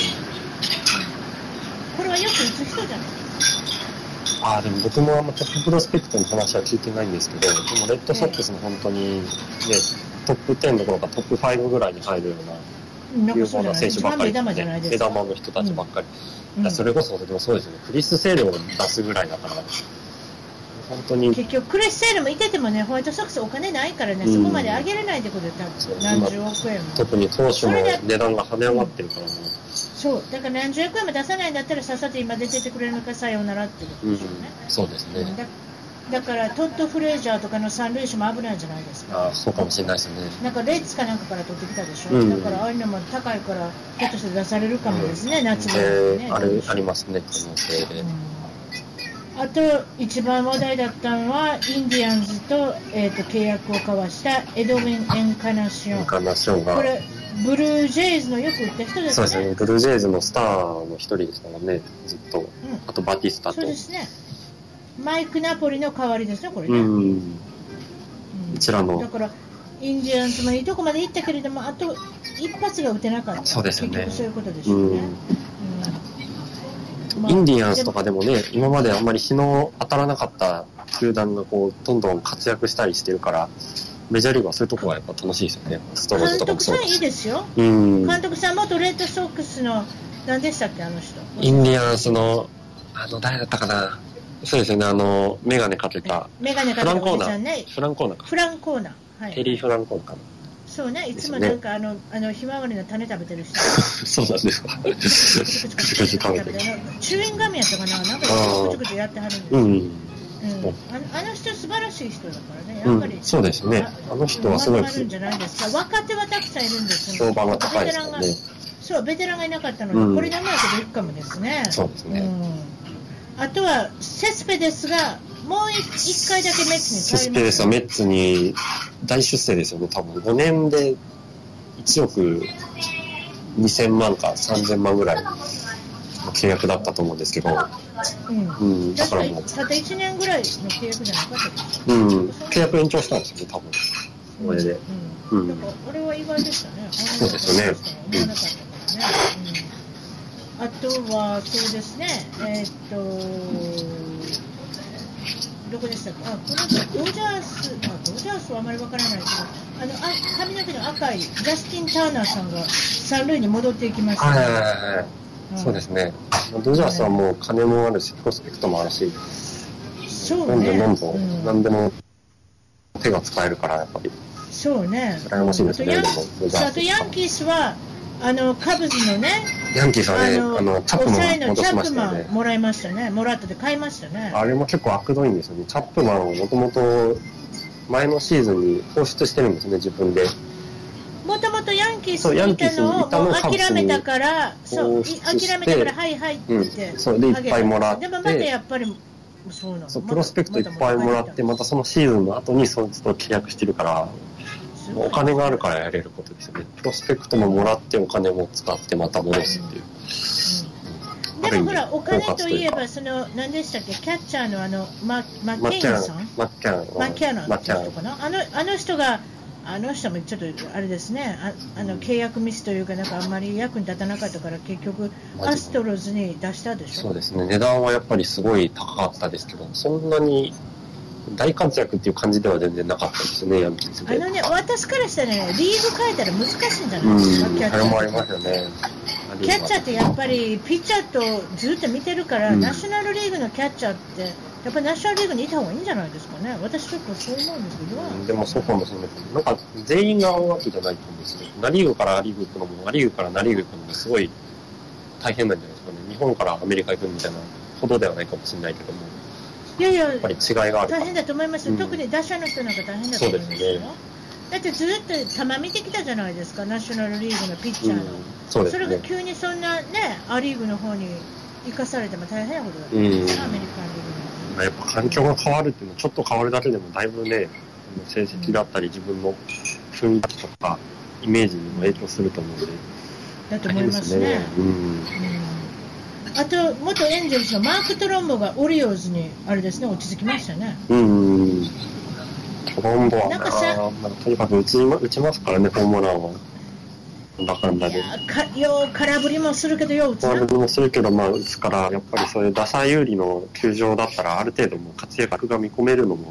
これはよく打つ人じゃないですか。 でも僕もあんまトッププロスペクトの話は聞いてないんですけど、でもレッドソックスの本当に、ね、トップ10どころかトップ5ぐらいに入るような有望な選手ばっかりで、目玉の人たちばっかり。それこそ、でもそうですよね、クリス・セールを出すぐらいだから、本当に。 結局、クリス・セールもいててもね、ホワイトソックスお金ないからね、そこまで上げれないってことで、何十億円も。 特に投手の値段が跳ね上がってるからね。 そう、だから何十億円も出さないんだったらさっさと今出てくれるのかさようならっていうことですよね。 そうですね。 だからトッド・フレイジャーとかの三塁手も危ないんじゃないですか。 そうかもしれないですね。 なんかレッツかなんかから取ってきたでしょ。だからああいうのも高いからひょっとして出されるかもですね、夏場にね。 ありますね、可能性で。 あと一番話題だったのはインディアンズと、契約を交わしたエドウィン・エンカナション。これブルージェイズのよく打った人ですね。 そうですね。ブルージェイズのスターの一人ですからね、ずっと。あとバティスタと。 そうですね。マイク・ナポリの代わりですね、これね。 こちらの。 だからインディアンズもいいとこまで行ったけれども、あと一発が打てなかった。 そうですよね。 結局そういうことでしょうね。 インディアンスとかでもね、今まであんまり日の当たらなかった球団がどんどん活躍したりしてるから、メジャーリーグはそういうところはやっぱ楽しいですよね。ストローズとかもそうです。 監督さんいいですよ。監督さん元レッドソックスの何でしたっけ、あの人。 インディアンスの誰だったかな。そうですよね、メガネかけた。 メガネかけたおじさんね。 フランコーナーか。 フランコーナー。はい。 テリー・フランコーナーかな。 そうね、いつもなんかひまわりの種食べてる人。 そうなんですか。くちくち食べてる。 チューインガムやったかな、なんかくちくちやってはるんですよ。あの人素晴らしい人だからね、やっぱり。 そうですね。あの人はすごい。 るんじゃないですか。若手はたくさんいるんですよ。評判が高いですよね。 そう、ベテランがいなかったので、これでうまいこといくかもですね。 そうですね。 あとはセスペですが、もう一回だけメッツに帰ります。 セスペですがメッツに大出世ですよね。多分5年で1億2000万か3000万ぐらいの契約だったと思うんですけど、だからもうたった1年ぐらいの契約じゃなかったですか。 契約延長したんですよね、多分。これで。 だからこれは意外でしたね。 そうですよね。 ね。あとはそうですね。どこでしたか。このドジャースはあまりわからないけど、髪の毛の赤いジャスティン・ターナーさんが三塁に戻っていきましたね。 そうですね。ドジャースはもう金もあるし、プロスペクトもあるし、 そうね。 どんどん何でも手が使えるからやっぱり。 そうね。 羨ましいですね。 あとヤンキースはカブズのね。 ヤンキースはね、チャップマン戻しましたよね。 もらいましたね。もらったで買いましたね。 あれも結構悪どいんですよね。チャップマンをもともと前のシーズンに放出してるんですね、自分で。 もともとヤンキースにいたのをもう諦めたから、諦めたからはいはいって、 それでいっぱいもらって。 でもまたやっぱりそうなんプロスペクトいっぱいもらって、またそのシーズンの後にそいつと契約してるから。お金があるからやれることですよね。プロスペクトももらってお金も使ってまた戻すっていう。 でもほらお金といえば何でしたっけ、キャッチャーのマッケンさん、マッキャナンって人かな、あの人もちょっとあれですね、契約ミスというかなんかあんまり役に立たなかったから結局アストロズに出したでしょ。 そうですね。値段はやっぱりすごい高かったですけど、そんなに大活躍っていう感じでは全然なかったですね、ヤンキースで。 私からしたらね、リーグ変えたら難しいんじゃないですか、キャッチャー。 あれもありますよね。 キャッチャーってやっぱりピッチャーとずっと見てるから、ナショナルリーグのキャッチャーってやっぱりナショナルリーグにいた方がいいんじゃないですかね。私ちょっとそう思うんですけど。 でもそうかもしれないけど、なんか全員が合うわけじゃないと思うんですよ。ナリーグからアリーグ行くのも、アリーグからナリーグ行くのもすごい大変なんじゃないですかね。日本からアメリカ行くみたいなほどではないかもしれないけども。 いややっぱり違いがある。 大変だと思います。特に打者の人なんか大変だと思いますよ。そうですね。だってずっと球見てきたじゃないですか、ナショナルリーグのピッチャーの。そうですね。それが急にそんなね、アリーグの方に行かされても大変なことだと思うんですよ、アメリカンリーグの。 やっぱ環境が変わるっていうのは、ちょっと変わるだけでもだいぶね、成績だったり自分の雰囲気とかイメージにも影響すると思うので。 だと思いますね。あと元エンゼルスのマーク・トロンボがオリオールズにあれですね、落ち着きましたね。 トロンボはなんかとにかく打ちますからね、ホームランは。だかんだで。 空振りもするけど打つな。 空振りもするけど、打つから、やっぱりそういう打者有利の球場だったら、ある程度も活躍が見込めるのも。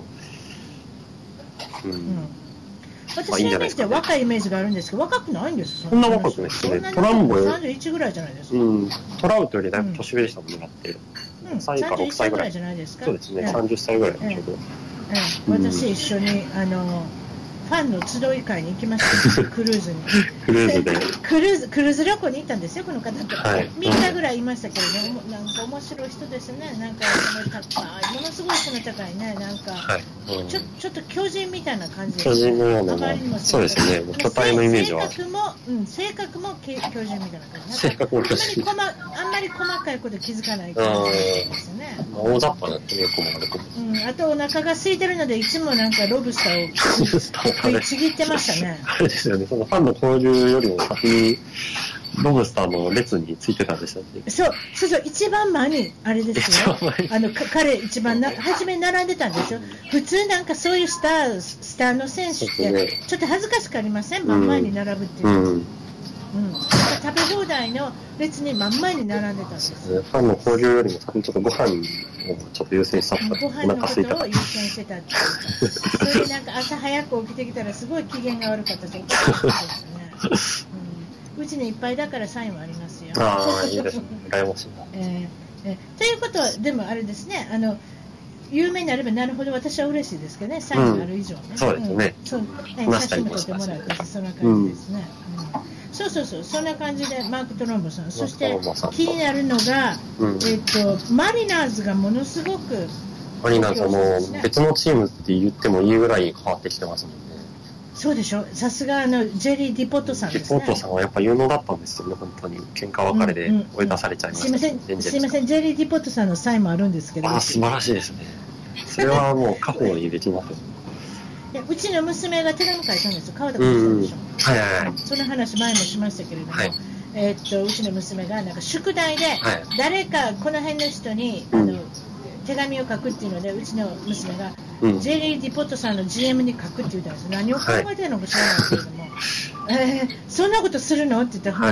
私のイメージで若いイメージがあるんですけど、若くないんですよ。 そんな若くないですね。トランボ 31ぐらいじゃないですか。 トラウトよりだいぶ年上でしたもんね、だって。5歳か6歳ぐらい。 じゃないですか。 そうですね、30歳ぐらいちょうど。 私一緒にファンの集い会に行きましたクルーズに。 クルーズで。 クルーズ旅行に行ったんですよ、この方と。3日ぐらいいましたけれども、なんか面白い人ですね。なんか高い、ものすごい背の高いね、なんか、ちょっと巨人みたいな感じで。 巨人のような、そうですね、巨体のイメージは。 性格も巨人みたいな感じ。 性格も巨人。 あんまり細かいこと気づかない感じですね。 大雑把なっていう子もあると思う。 あとお腹が空いてるので、いつもなんかロブスターを食いちぎってましたね。 あれですよね、そのファンの交流よりも先にロブスターの列についてたんでしたっけ。 そう、一番前にあれですよ。彼一番初めに並んでたんですよ。普通なんかそういうスターの選手ってちょっと恥ずかしくありません？真ん前に並ぶっていう。食べ放題の列に真ん前に並んでたんです。 ファンの交流よりも先にちょっとご飯をちょっと優先したった。 ご飯のことを優先してたっていうか。それでなんか朝早く起きてきたらすごい機嫌が悪かったということですね。うちにいっぱいだからサインはありますよ。 いいですね。羨ましいな。 ということはでもあれですね。有名になればなるほど私は嬉しいですけどね。サインがある以上ね。 そうですね。 写真も撮ってもらってそんな感じですね。そうそんな感じでマーク・トロンボさん、そして気になるのが、マリナーズがものすごくマリナーズはもう別のチームって言ってもいいぐらい変わってきてますもんね。 そうでしょ。さすがジェリー・ディポットさんですね。 ディポットさんはやっぱ有能だったんですよね。本当に喧嘩別れで追い出されちゃいました。 すいません、ジェリー・ディポットさんのサインもあるんですけど。 素晴らしいですね。それはもう過去にできますよ。 うちの娘が手紙書いたんですよ。川田君でしょ。その話前もしましたけれども、うちの娘がなんか宿題で誰かこの辺の人に手紙を書くっていうので、うちの娘がジェリー・ディポットさんの GM に書くって言ったんですよ。何を考えてるのか知らないけれども、そんなことするのって言ったら、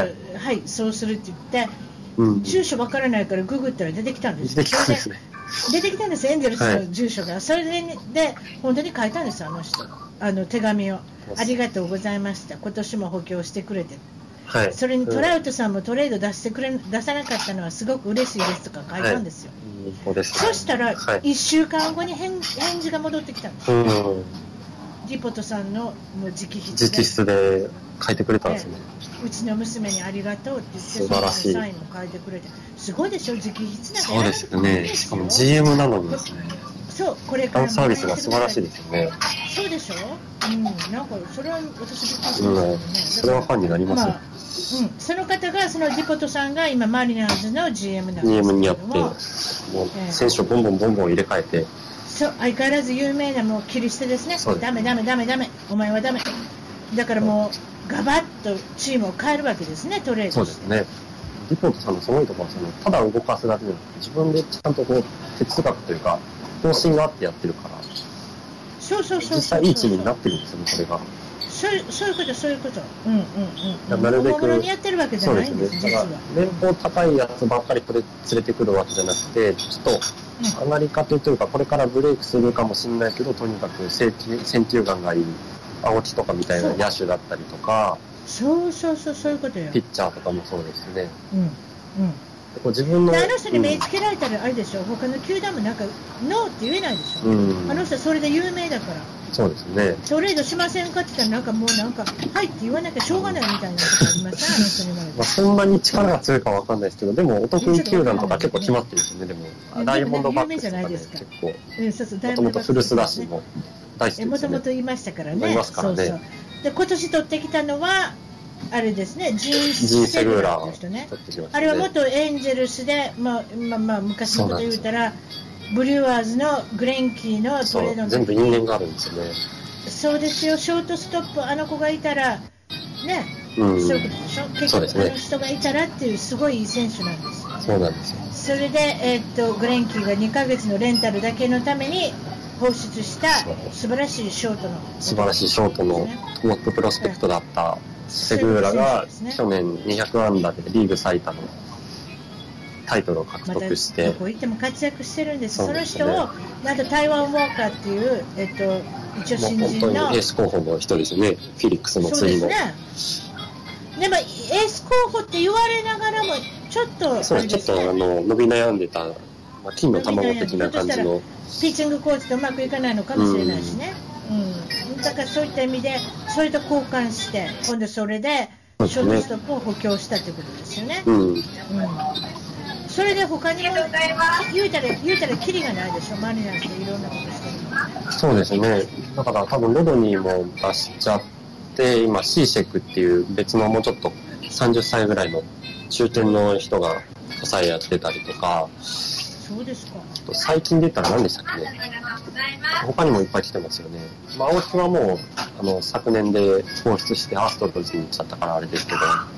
はい、そうするって言って、住所わからないからググったら出てきたんです。 出てきたんですね。 出てきたんです、エンゼルスの住所が。それで本当に書いたんです、あの人。手紙を。ありがとうございました。今年も補強してくれて。 はい。 それにトラウトさんもトレード出さなかったのはすごく嬉しいですとか書いたんですよ。 そうですね。 そしたら、1週間後に返事が戻ってきたんです。ディポトさんのもう直筆で書いてくれたんですね。 うちの娘にありがとうって言って、 素晴らしい。 サインも書いてくれて、すごいでしょ、直筆なんか。 そうですよね。しかも GM なのにですね。 そう、これからサービスが素晴らしいですよね。 そうでしょ。なんかそれは私びっくりしましたね。 それはファンになりますよ。 その方が、そのディポトさんが今マリナーズの GM なんですけども。 GM にやって、もう選手をボンボン入れ替えて。 そう、相変わらず有名なもう切り捨てですね。ダメ、お前はダメ。だからもうガバッとチームを変えるわけですね、トレード。 そうですね。ディポートさんのすごいところはただ動かすだけじゃなくて、自分でちゃんとこう哲学というか方針があってやってるから、 そう実際いいチームになってるんですよね、これが。 そういうこと。 なるべくおもむろにやってるわけじゃないんです。 そうですね。だから年俸高いやつばっかり連れてくるわけじゃなくて、ちょっと上がり方というか、これからブレイクするかもしれないけど、とにかく選球眼がいい青木とかみたいな野手だったりとか、そういうことよ。ピッチャーとかもそうですね。こう自分のあの人に目つけられたらあれでしょ、他の球団もなんかノーって言えないでしょ。あの人はそれで有名だから。 そうですね。 トレードしませんかって言ったらはいって言わなきゃしょうがないみたいなことありますね、あの人に言われて。 そんなに力が強いかわかんないですけど、でもお得意球団とか結構決まってるんですよね。でもダイヤモンドバックスとかね、結構もともと古巣だしも大好きですね。 もともと言いましたからね。 いますからね。 で今年取ってきたのはあれですね、ジン・セグラーの人ね。あれは元エンジェルスで、昔のこと言うたら、ブリュワーズのグレンキーのトレードの全部因縁があるんですよね。 そうですよ、ショートストップ、あの子がいたら、ね、そういうことでしょ、結局、あの人がいたらっていう、すごいいい選手なんですよ。 そうなんですよ。 それで、グレンキーが2ヶ月のレンタルだけのために放出した素晴らしいショートのトッププロスペクトだったセグーラが去年200安打でリーグ最多のタイトルを獲得して、 どこ行っても活躍してるんです。その人をなんと台湾ウォーカーっていう、一応新人の本当にエース候補の人ですよね、フィリックスの次の。 そうですね。でもエース候補って言われながらもちょっと伸び悩んでた、金の卵的な感じのピッチングコーチとうまくいかないのかもしれないしね。だからそういった意味でそれと交換して今度それでショートストップを補強したということですよね。それで他にも言うたらキリがないでしょ、マリナーズでいろんなことしてるの。 そうですね。だから多分ロドニーも出しちゃって今シーシェックっていう別のもうちょっと30歳ぐらいの中堅の人が抑えやってたりとか。 そうですか。 最近で言ったら何でしたっけね。他にもいっぱい来てますよね。青木はもう昨年で放出してアストロズに行っちゃったからあれですけど。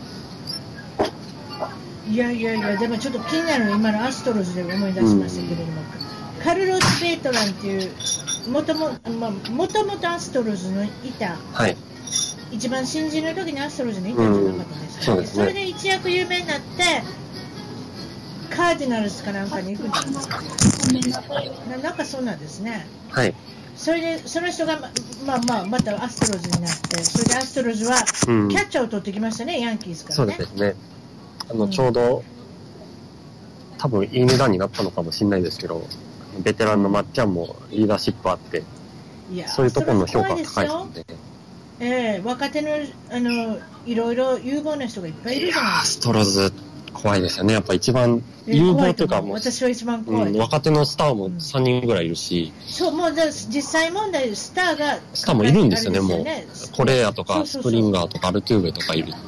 いやでもちょっと気になるの今のアストロズで思い出しましたけれども、カルロス・ベイトランっていうもともとアストロズのいた、一番新人の時にアストロズにいたんじゃなかったですか、ね。それで一躍有名になってカーディナルスかなんかに行くんじゃないですか。なんかそうなんですね。それでその人がまたアストロズになって、それでアストロズはキャッチャーを取ってきましたね、ヤンキースからね。 そうですね。ちょうど多分いい値段になったのかもしれないですけど、ベテランのまっちゃんもリーダーシップあって、そういうところの評価が高いですよね。若手のいろいろ有望な人がいっぱいいるじゃないですか。 アストロズ怖いですよね。やっぱ一番有望というか、 私は一番怖い。 若手のスターも3人ぐらいいるし、 そう、もう実際問題スターもいるんですよね。もうコレアとかスプリンガーとかアルトゥーベとかいるって、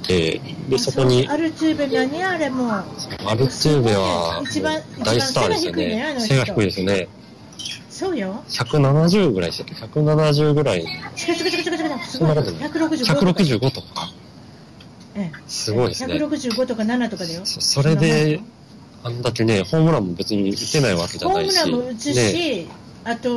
でそこにアルトゥーベ何あれもアルトゥーベは大スターですよね。背が低いですよね。 そうよ。 170ぐらいでしたっけ？170ぐらい。 すごい。 165とか。すごいですね。 165とか7とかだよ。 それであんだけね、ホームランも別に打てないわけじゃないし。 ホームランも打つし、あと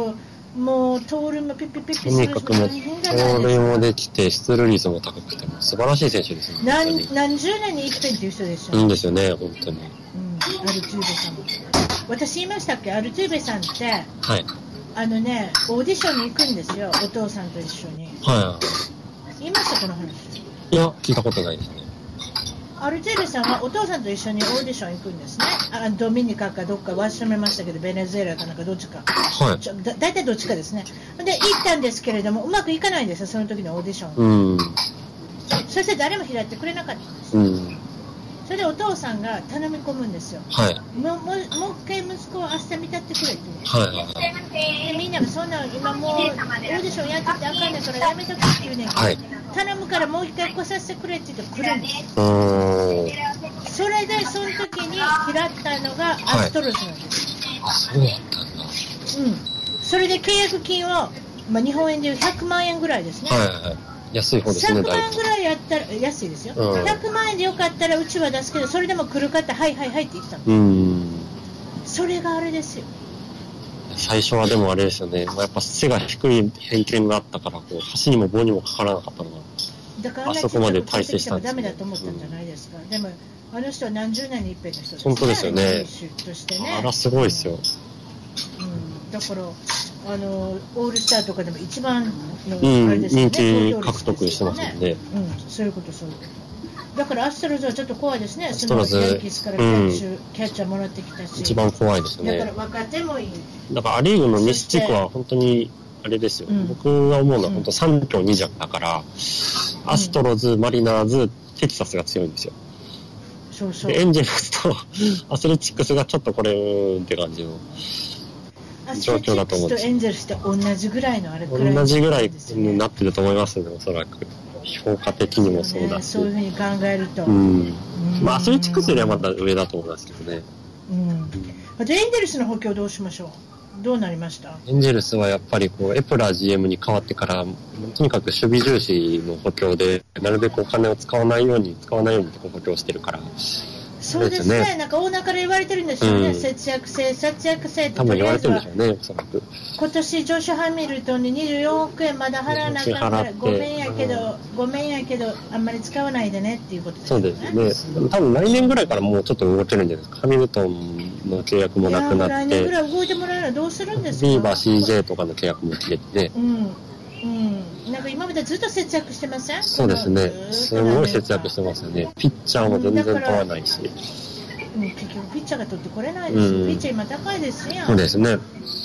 もう盗塁もピッピッピッピとにかくもう、 大変じゃない盗塁ですか。 もできて、出塁率も高くて、素晴らしい選手ですよね。 何十年に一遍っていう人ですよいいんね。 ですよね、本当に。 アルトゥーベさんも。私言いましたっけ、アルトゥーベさんって、 はい。 オーディションに行くんですよ、お父さんと一緒に。 は言いましたこの話。 い。いや、聞いたことないですね。 アルテーベさんはお父さんと一緒にオーディション行くんですね。ドミニカかどっか忘れましたけど、ベネズエラかなんかどっちか。 はい。 大体どっちかですね。で、行ったんですけれども、うまくいかないんですよ、その時のオーディション。 うん。 そして誰も拾ってくれなかったんですよ。 うん。 それでお父さんが頼み込むんですよ。 はい。 もう一回息子を明日見たってくれって言うんです。 はい。 でみんながそんな今もうオーディションやっててあかんねんからやめとけって言うねんけど、 はい。 頼むからもう一回来させてくれって言って来るんです。それでその時に拾ったのがアストロズなんです。 あ、そうだったんだ。 それで契約金を、日本円でいう100万円ぐらいですね。 はい。安い方ですね、 100万円ぐらいやったら、安いですよ。100万円でよかったらうちは出すけど、それでも来るかって、はいはいはいって言ってたの。それがあれですよ。 最初はでもあれですよね。やっぱ背が低い偏見があったから、橋にも棒にもかからなかったのが。 だからあそこまで大成したんです、ね。ダメだと思ったんじゃないですか。でも、あの人は何十年に一遍の人ですね。 本当ですよね。 としてね。 あら、すごいですよ。 だから、オールスターとかでも一番の、 あれですよね。人気獲得してますよね。 そういうこと。だからアストロズはちょっと怖いですね。 アストロズ、 ヤンキースからキャッチャーもらってきたし。 一番怖いですね。 だから若手もいい。 だからアリーグの西地区は本当に、あれですよ。僕が思うのは本当3強2弱だから、アストロズ、マリナーズ、テキサスが強いんですよ。でエンジェルスとアスレチックスがちょっとこれって感じの状況だと思うんです。 アスレチックスとエンジェルスって同じぐらいのあれ同じぐらいになってると思いますね、おそらく。評価的にもそうだし。 そういうふうに考えると。 アスレチックスよりはまだ上だと思いますけどね。 あとエンジェルスの補強どうしましょう。どうなりました？ エンジェルスはやっぱりエプラ GM に変わってからとにかく守備重視の補強でなるべくお金を使わないように補強してるから。 そうですね。なんかオーナーから言われてるんですよね。節約性って多分言われてるんでしょうね、おそらく。 今年ジョシュ・ハミルトンに24億円まだ払わなかったからごめんやけどあんまり使わないでねっていうことですね。 そうですね。多分来年ぐらいからもうちょっと動けるんじゃないですか。ハミルトンの契約もなくなって。 来年ぐらい動いてもらうのはどうするんですか？ ビーバー CJ とかの契約も切れて。 なんか今までずっと節約してません？ そうですね。すごい節約してますよね。ピッチャーも全然取らないし。 結局ピッチャーが取ってこれないですよ。ピッチャー今高いですよ。 そうですね。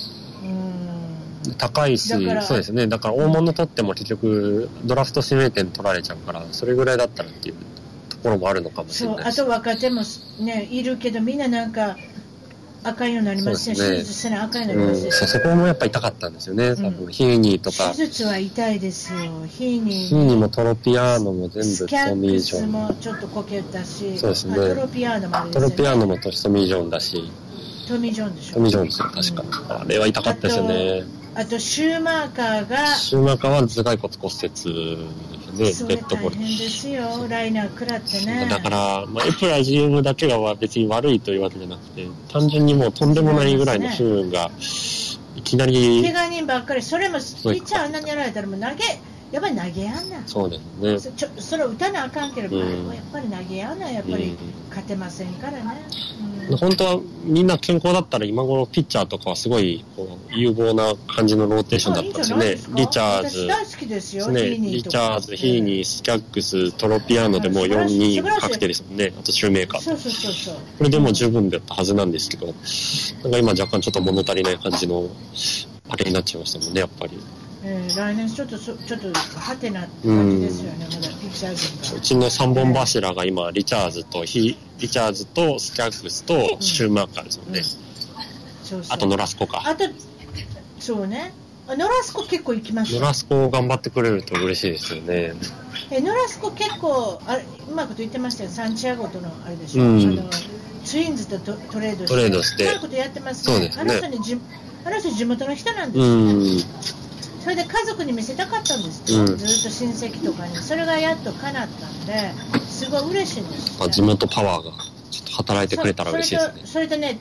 高いし、そうですね。だから大物取っても結局ドラフト指名権取られちゃうから、それぐらいだったらっていうところもあるのかもしれない。 あと若手もねいるけどみんななんか赤いようになりますね。手術せない赤いようになりますね。 そこもやっぱ痛かったんですよね。多分ヒーニーとか。 手術は痛いですよ。ヒーニーもトロピアーノも全部トミージョン。スキャックスもちょっとこけたし。 そうですね。 トロピアーノもあれですね。 トロピアーノもトミージョンだし。 トミージョンでしょ。 トミージョンですよ、確か。あれは痛かったですよね。 あとシューマーカーが。 シューマーカーは頭蓋骨骨折ですね。 デッドボール。大変ですよ。ライナー食らってね。 だから、エプラ GM だけが別に悪いというわけじゃなくて、単純にもうとんでもないぐらいの不運が、いきなり。 怪我人ばっかり、それもピッチャーあんなにやられたらもうやっぱり投げやんな。 そうですね。 それ打たなあかんければ、やっぱり投げやんな、やっぱり勝てませんからね。 本当はみんな健康だったら今頃ピッチャーとかはすごい有望な感じのローテーションだったんですよね。リチャーズ、リチャーズ、ヒーニー、スキャックス、トロピアーノでもう4人確定ですもんね。あとシューメーカー。 そう。 これでも十分だったはずなんですけど、なんか今若干ちょっと物足りない感じのあれになっちゃいましたもんね、やっぱり。 来年ちょっとハテな感じですよね、まだピッチャー陣が。 うちの3本柱が今リチャーズとスキャックスとシューマーカーですもんね。あとノラスコか。 そうね。ノラスコ結構行きました。 ノラスコ頑張ってくれると嬉しいですよね。 ノラスコ結構うまいこと言ってましたよ。サンチアゴとのあれでしょ。ツインズとトレードして。うまいことやってますね。 そうですね。 あの人地元の人なんですよね。それで家族に見せたかったんですよ、ずっと親戚とかに。それがやっと叶ったんですごい嬉しいんです、 地元パワーがちょっと働いてくれたら嬉しいですね。 それでね、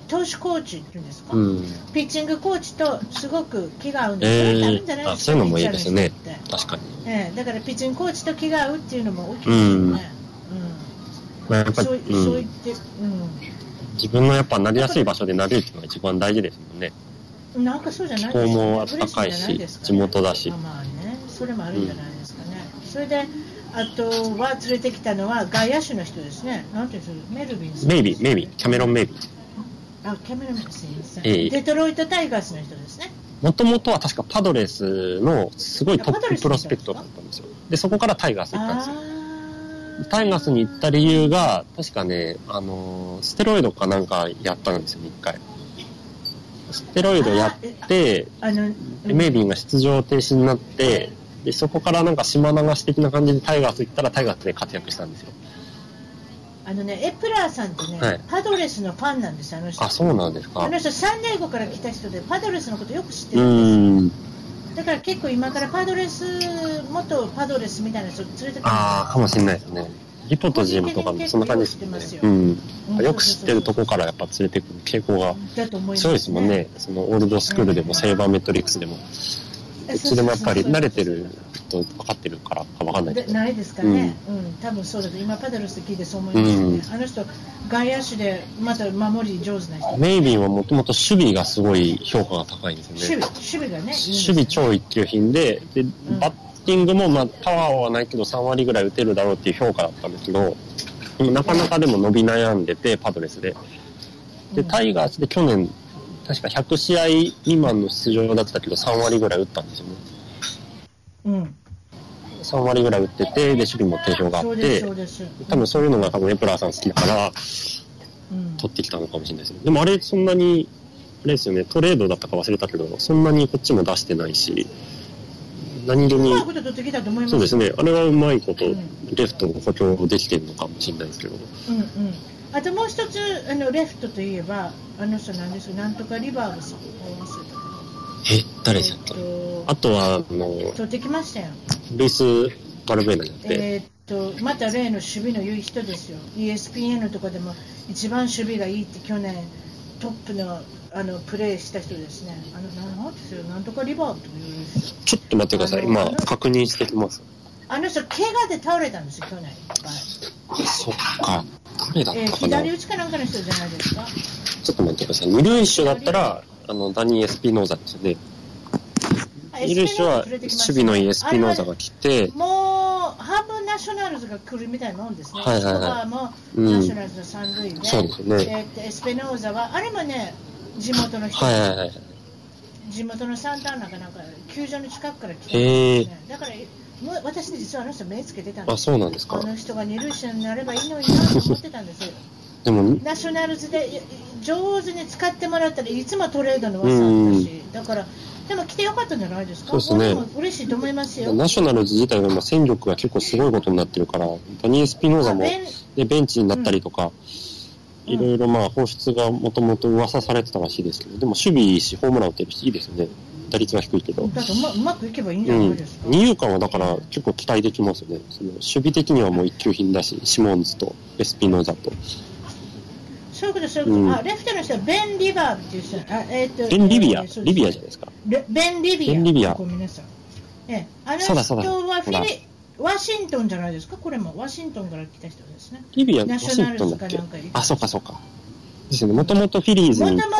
投手コーチっていうんですか、 うん。 ピッチングコーチとすごく気が合うんです。それってあるんじゃないですか、 あ、そういうのもいいですね。 ピッチャーの人って確かに。 だからピッチングコーチと気が合うっていうのも大きいですよね。 まあ、やっぱり、 そう言って、 自分のやっぱなりやすい場所でなれるっていうのが一番大事ですもんね。 なんかそうじゃないですか、ね。 気候も暖かいし、地元だし。 まあね、それもあるんじゃないですかね。それで、あとは連れてきたのは外野手の人ですね。なんていうんですか、メルビンさん。 メイビー、キャメロン・メイビー。 あ、キャメロン・メイビーさん。デトロイト・タイガースの人ですね。 もともとは確かパドレスのすごいトッププロスペクトだったんですよ。で、そこからタイガース行ったんですよ。タイガースに行った理由が、確かね、ステロイドかなんかやったんですよね、一回。ステロイドやって、メイビーが出場停止になって、で、そこからなんか島流し的な感じでタイガース行ったらタイガースで活躍したんですよ。 エプラーさんってね、はい、パドレスのファンなんですよ、あの人。 あ、そうなんですか。 あの人、サンディエゴから来た人で、パドレスのことよく知ってるんです。だから結構今から元パドレスみたいな人連れてくるんですよ。 ああ、かもしれないですね。リポとジムとかもそんな感じですね。よく知ってるとこからやっぱ連れてくる傾向が強いですもんね。そのオールドスクールでもセーバーメトリックスでも。うちでもやっぱり慣れてると分かってるからか分かんないけど。 ないですかね。多分そうだと今パドレスで聞いてそう思いますね。あの人外野手でまた守り上手な人。 メイビーはもともと守備がすごい評価が高いんですよね。 守備がね。 守備超一級品で、バッティングもまあパワーはないけど3割ぐらい打てるだろうっていう評価だったんですけど、なかなかでも伸び悩んでてパドレスで。でタイガースで去年確か100試合未満の出場だったけど3割ぐらい打ったんですよね。3割ぐらい打ってて、で守備も定評があって、多分そういうのが多分エプラーさん好きだから、取ってきたのかもしれないですね。でもあれそんなに、あれですよね、トレードだったか忘れたけど、そんなにこっちも出してないし、何気に、そうですね、あれはうまいこと、レフトを補強できてるのかもしれないですけど。 あともう一つレフトといえばあの人なんですよ、なんとかリバーブさん。 誰でしたっけ？あとは取ってきましたよ。 ルイス・バルベーナじゃなくて。 また例の守備の良い人ですよ。ESPN とかでも一番守備がいいって去年トップのプレーした人ですね。なんですよ、なんとかリバーブという人。 ちょっと待ってください。今確認してきます。 あの人怪我で倒れたんですよ去年。 そっか。誰だったかな。 左打ちかなんかの人じゃないですか。 ちょっと待ってください。二塁手だったらダニー・エスピノーザですよね。二塁手は守備のいいエスピノーザが来て、 もう半分ナショナルズが来るみたいなもんですね。エスコバーもナショナルズの三塁で、 そうですよね。 エスピノーザはあれもね地元の人、地元のサンターナかなんか球場の近くから来てるんですね。だから私実はあの人目つけてたんです。 あ、そうなんですか。 あの人が二塁手になればいいのになと思ってたんですよ。でもナショナルズで上手に使ってもらったらいつもトレードの噂だったし、だからでも来てよかったんじゃないですか。 そうですね。 嬉しいと思いますよ。 ナショナルズ自体が戦力が結構すごいことになってるから、ダニエ・スピノーザもベンチになったりとか、いろいろ放出がもともと噂されてたらしいですけど、でも守備いいしホームラン打てるしいいですよね。打率は低いけど。 だとうまくいけばいいんじゃないですか。 二遊間はだから結構期待できますよね。守備的にはもう一級品だし、シモンズとエスピノーザと。 そういうこと、そういうこと。レフトの人はベン・リバーっていう人。 ベン・リビアじゃないですか。 ベン・リビア。ごめんなさい。あの人はワシントンじゃないですか。これもワシントンから来た人ですね。 リビア、ワシントンだっけ。あ、そうかそうか。ですよね。もともとフィリーズに行って。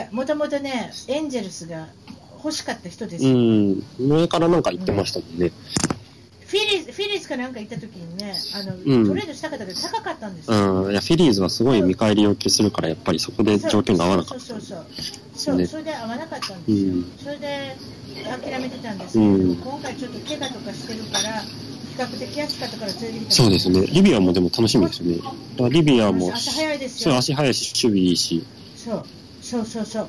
もともとね、エンジェルスが欲しかった人ですよ。 上からなんか言ってましたもんね。 フィリーズかなんか行った時にね、トレードしたかったけど高かったんですよ。いや、フィリーズはすごい見返り要求するから、やっぱりそこで条件が合わなかった。 そう、それで合わなかったんですよ。それで諦めてたんですけど、今回ちょっと怪我とかしてるから、比較的安かったから連れてきた。 そうですね。リビアもでも楽しみですよね。リビアも足早いですよ。 足早いし、守備いいし。 そう。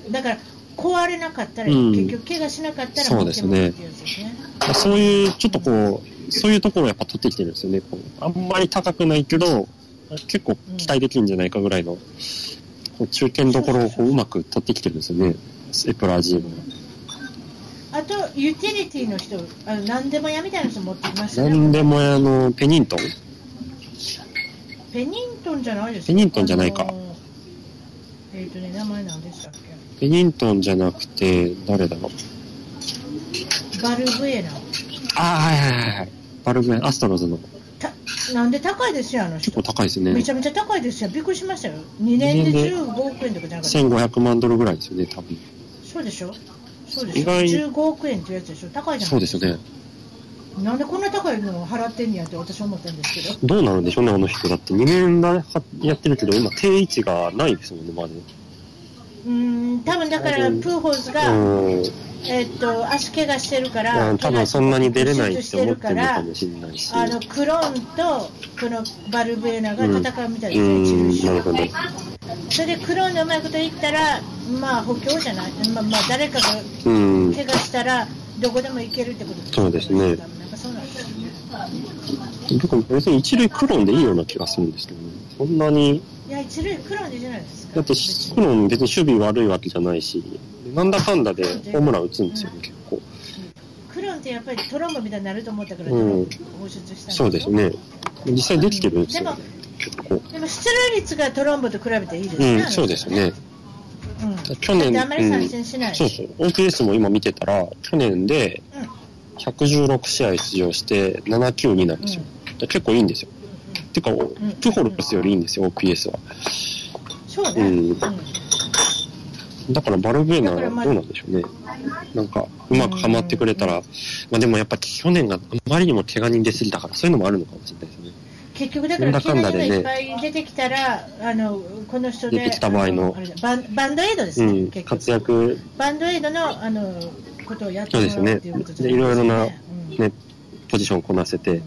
だから壊れなかったら、結局怪我しなかったらそうですね。そういうちょっとそういうところをやっぱ取ってきてるんですよね。あんまり高くないけど、結構期待できるんじゃないかぐらいの、中堅どころをうまく取ってきてるんですよね。エプラージームあと、ユーティリティの人、何でも屋みたいな人持ってきましたね。 何でも屋のペニントンじゃないですか。 ペニントンじゃないか。 名前何でしたっけ？ ペニントンじゃなくて、誰だろう。 バルブエナ。 はい。バルブエナ、アストロズの。 なんで高いですよ、あの人。 結構高いですね。 めちゃめちゃ高いですよ。びっくりしましたよ。2年で15億円とかじゃなかった。 1500万ドルぐらいですよね、多分。 そうでしょ？意外に15億円っていうやつでしょ。高いじゃないですか。 そうですよね。 なんでこんな高いのを払ってんねやって私は思ったんですけど。 どうなるんでしょうね、あの人。だって2年やってるけど、今定位置がないですもんね、まず。 多分だからプーホーズが、足怪我してるから、 多分そんなに出れないって思ってるのかもしれないし。 クローンとこのバルブエナが戦うみたいですね、 なるほど。 それでクローンでうまいこと言ったら、まあ補強じゃない、誰かが怪我したら、どこでも行けるってことですね。 そうですね。 なんかそうなんですよね。 僕別に一塁クローンでいいような気がするんですけどね。そんなに。 いや、一塁クローンでじゃないですか。 だってクローン別に守備悪いわけじゃないし、なんだかんだでホームラン打つんですよね、結構。 クローンってやっぱりトロンボみたいになると思ったから、放出したそうですね。実際できてるんですよ、結構。 でも出塁率がトロンボと比べていいですね。 そうですね。去年、 あまり三振しない。 そう。OPS も今見てたら、去年で116試合出場して792なんですよ。結構いいんですよ。てか、プホルプスよりいいんですよ、OPS は。 そうね。 だからバルベーナはどうなんでしょうね。なんか、うまくはまってくれたら、でもやっぱ去年があまりにも怪我人出すぎたから、そういうのもあるのかもしれないですね。 結局だから怪我人がいっぱい出てきたら、この人で出てきた場合のバンドエイドですね。 活躍。 バンドエイドのことをやってもらうっていうことですね。いろいろなねポジションこなせて。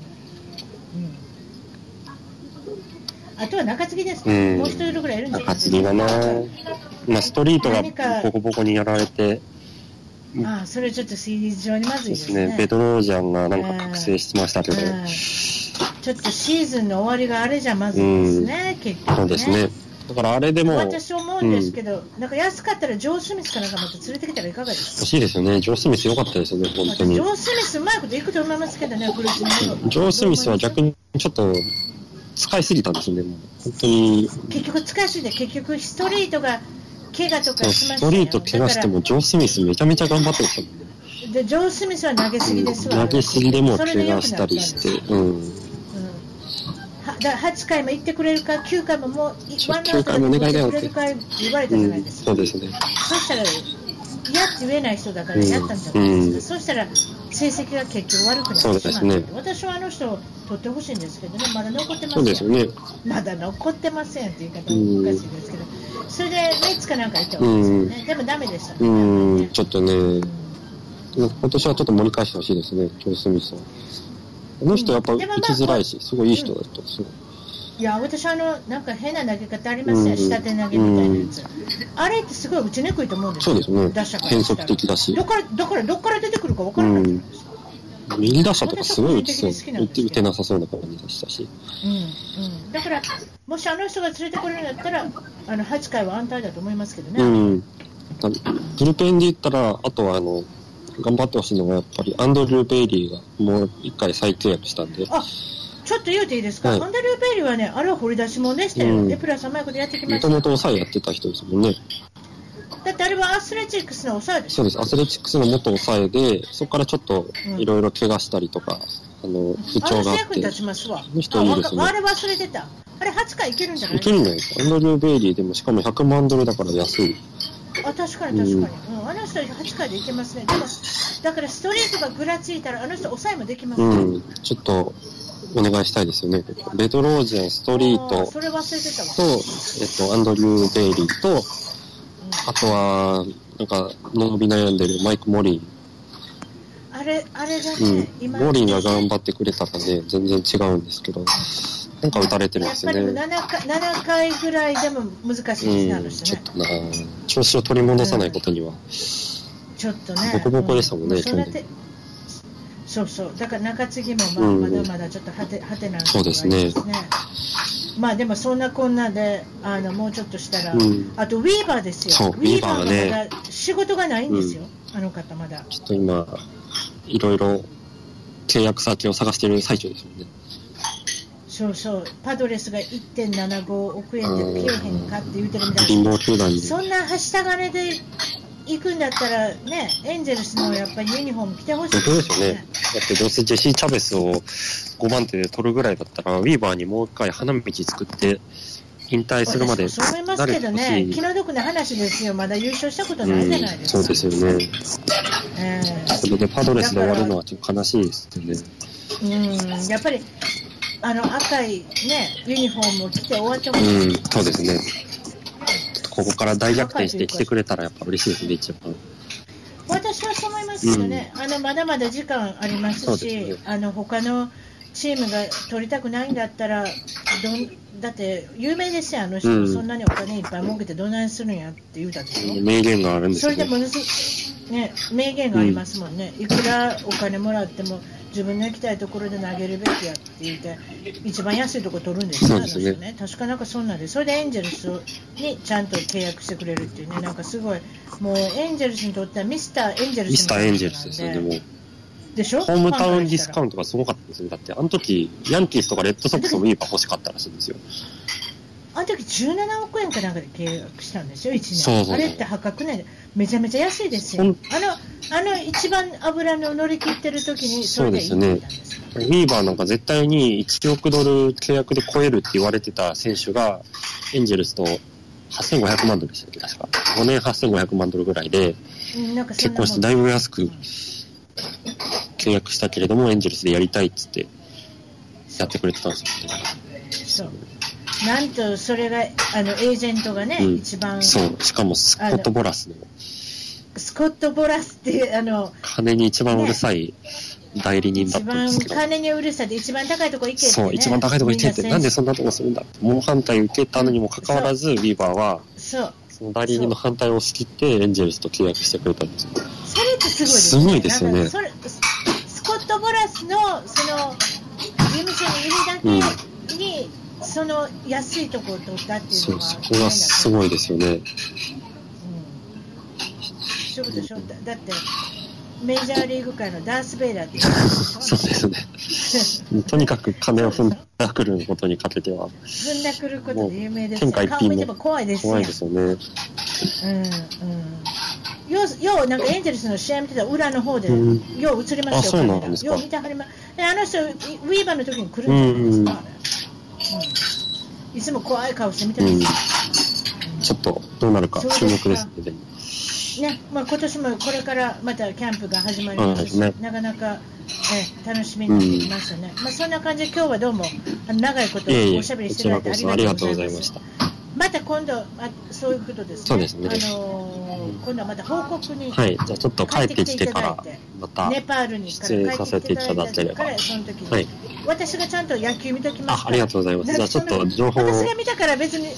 あとは中継ぎですね。もう一人いるぐらいいるんじゃないですか。 中継ぎがな、ストリートがボコボコにやられて。 それちょっと非常にまずいですね。 ベドロージャンがなんか覚醒してましたけど。 ちょっとシーズンの終わりがあれじゃまずいですね、結局ね。 そうですね。だからあれでも。 私思うんですけど、なんか安かったらジョー・スミスかなんかまた連れてきたらいかがですか？ 欲しいですよね。ジョー・スミス良かったですよね、本当に。 ジョー・スミスうまいこといくと思いますけどね、苦しみジョー・スミスは逆にちょっと使いすぎたんですよね、もう本当に。 結局使いすぎて、結局ストリートが怪我とかしましたよ。 ストリート怪我してもジョー・スミスめちゃめちゃ頑張ってましたもんね。 で、ジョー・スミスは投げすぎですわ。 投げすぎでも怪我したりして。 8回も行ってくれるか、9回ももう 9回もお願いだよって言われたじゃないですか。 そうですね。 そしたら、嫌って言えない人だからやったんじゃないですか。そしたら、成績が結局悪くなってしまう。そうですね。私はあの人を取ってほしいんですけどね、まだ残ってますよ。 そうですよね。 まだ残ってませんっていう言い方もおかしいですけど、それでメッツかなんか行ったわけですよね。でもダメでしたね。 ちょっとね、今年はちょっと盛り返してほしいですね、ジョー・スミスは。あの人やっぱ打ちづらいし、すごいいい人だと。 いや、私なんか変な投げ方ありますね、下手投げみたいなやつ。あれってすごい打ちにくいと思うんですよ。 そうですね。変則的だし。 どっから出てくるか分からない。 右打者とかすごい打てなさそうな感じでしたし。 だから、もしあの人が連れてこれるんだったら、8回は安泰だと思いますけどね。 ブルペンで言ったら、あとは頑張ってほしいのがやっぱりアンドリュー・ベイリーがもう1回再契約したんで。 ちょっと言うていいですか、アンドリュー・ベイリーはね、あれは掘り出し物でしたよ。プラスうまいことやってきました。 もともと抑えやってた人ですもんね。 だってあれはアスレチックスの抑えです。 そうです。アスレチックスの元抑えで、そこからちょっといろいろ怪我したりとか、不調があって。 役に立ちますわ。 人いいですね。 あれ忘れてた。あれ8回いけるんじゃない？ いけるんじゃないですか。アンドリュー・ベイリーでもしかも100万ドルだから安い。 確かに。あの人8回でいけますね。でも、だからストリートがぐらついたら、あの人抑えもできますね。 ちょっと、お願いしたいですよね。ベドロージェン、ストリートそれ忘れてたわ。 と、アンドリュー・ベイリーと、あとは、なんか、伸び悩んでるマイク・モリー。 あれがね、 今。モリーが頑張ってくれたらね、全然違うんですけど、なんか打たれてるんですよね。 やっぱり7回ぐらいでも難しいですね、あの人ね。 ちょっと調子を取り戻さないことには。 ちょっとね。 ボコボコでしたもんね、去年。 そう。だから中継ぎもまだまだちょっとはてなそうですね。 まあでもそんなこんなでもうちょっとしたら、あとウィーバーですよ。 そう、ウィーバーがね、 まだ仕事がないんですよ、あの方まだ。 ちょっと今いろいろ契約先を探してる最中ですもんね。 そうそう、パドレスが 1.75 億円でけえへんかって言うてるみたい貧乏球団な。 に。 そんなはした金で行くんだったらね、エンゼルスのやっぱりユニフォーム着てほしい本当ですよね。だってどうせジェシー・チャベスを5番手で取るぐらいだったら、ウィーバーにもう一回花道作って引退するまでそう思いますけどね、気の毒な話ですよ。まだ優勝したことないじゃないですか。 そうですよね。それでパドレスで終わるのはちょっと悲しいですよね。 やっぱり赤いねユニフォームを着て終わってほしい。 そうですね。ここから大逆転して来てくれたらやっぱ嬉しいですね、一番。 私はそう思いますけどね、まだまだ時間ありますし、他のチームが取りたくないんだったら、だって有名ですよ、あの人、そんなにお金いっぱい儲けてどないするんやって言うたでしょ。 名言があるんですよね。 それでものすね、名言がありますもんね、いくらお金もらっても自分の行きたいところで投げるべきやって言って、一番安いところ取るんですよ、 そうですね。 ね、確かなんかそんなんで、それでエンジェルスにちゃんと契約してくれるっていうね、なんかすごい、もうエンジェルスにとってはミスターエンジェルスミスターエンジェルスですよね、もう。 でしょ？ ホームタウンディスカウントがすごかったですよ。だってあの時ヤンキースとかレッドソックスもウィーバー欲しかったらしいんですよ。 あの時17億円かなんかで契約したんですよ、1年。 そうあれって破格ね、めちゃめちゃ安いですよ。一番油の乗り切ってる時にそれでいいって言ったんですよ。 ウィーバーなんか絶対に1億ドル契約で超えるって言われてた選手がエンジェルスと8500万ドルでしたっけ、確か。5年8500万ドルぐらいで結婚してだいぶ安く契約したけれども、エンジェルスでやりたいっつってやってくれてたんですよね。 そう。なんとそれがエージェントがね、一番そう、しかもスコット・ボラスのスコット・ボラスっていう金に一番うるさい代理人だったんですけど、 一番金にうるさいで一番高いとこ行けって、ね、 そう一番高いとこ行けって、なんでそんなとこするんだって、猛反対受けたのにもかかわらずウィーバーはその代理人の反対を押し切ってエンジェルスと契約してくれたんですよ。 それってすごいですね。 すごいですよね。 スコット・ボラスのその事務所にいるだけに、その安いところを取ったっていうのは、 そこがすごいですよね。 そういうことでしょ。だってメジャーリーグ界のダース・ベイダーって言うんでしょ。 そうですね。とにかく金を踏んだくることにかけては踏んだくることで有名ですよ。 天下一品も怖いですよ。 怖いですよね。 ようなんかエンゼルスの試合見てた裏の方で、よう映りますよ。 あ、そうなんですか。 よう見てはります。あの人ウィーバーの時に来るんじゃないですか。いつも怖い顔して見てます。 ちょっとどうなるか注目ですね。今年もこれからまたキャンプが始まりますし、なかなか、楽しみになってきましたね。そんな感じで今日はどうも長いことおしゃべりしていただいてありがとうございました。また今度そういうことですね。 そうですね。 今度はまた報告にじゃあちょっと帰ってきてからまたネパールに出演させていただければ、 その時に、私がちゃんと野球見ときますから。 ありがとうございます。じゃあちょっと情報を私が見たから別に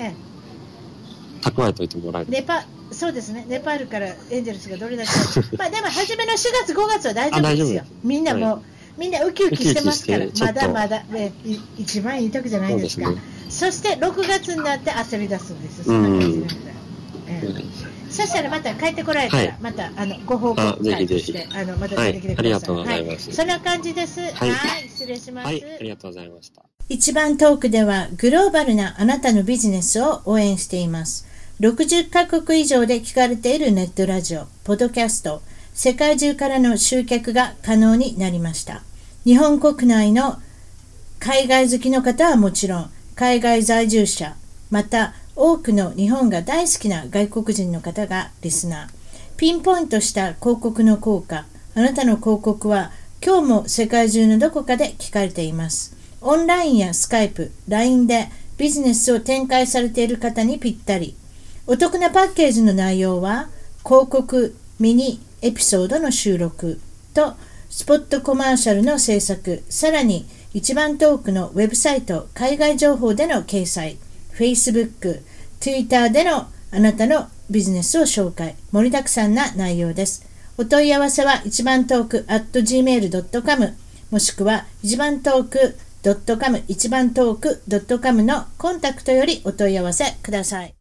蓄えといてもらえる。 そうですね。ネパールからエンゼルスがどれだけでも初めの4月5月は大丈夫ですよ。みんなウキウキしてますから、まだまだ一番いい時じゃないですか。そして6月になって焦り出すんです。そんな感じなんで。そしたらまた帰ってこられたら、またご報告会としてまた出てきてください。 ありがとうございます。 そんな感じです。はい、失礼します。 はい、ありがとうございました。 一番トークではグローバルなあなたのビジネスを応援しています。60カ国以上で聞かれているネットラジオ、ポッドキャスト、世界中からの集客が可能になりました。日本国内の海外好きの方はもちろん、海外在住者、また多くの日本が大好きな外国人の方がリスナー。ピンポイントした広告の効果、あなたの広告は今日も世界中のどこかで聞かれています。オンラインやスカイプ、LINE でビジネスを展開されている方にぴったり。お得なパッケージの内容は広告、ミニエピソードの収録とスポットコマーシャルの制作、さらに一番トークのウェブサイト、海外情報での掲載、Facebook、Twitter でのあなたのビジネスを紹介、盛りだくさんな内容です。お問い合わせは一番トーク @gmail.com もしくは一番トーク.com 一番トーク .com のコンタクトよりお問い合わせください。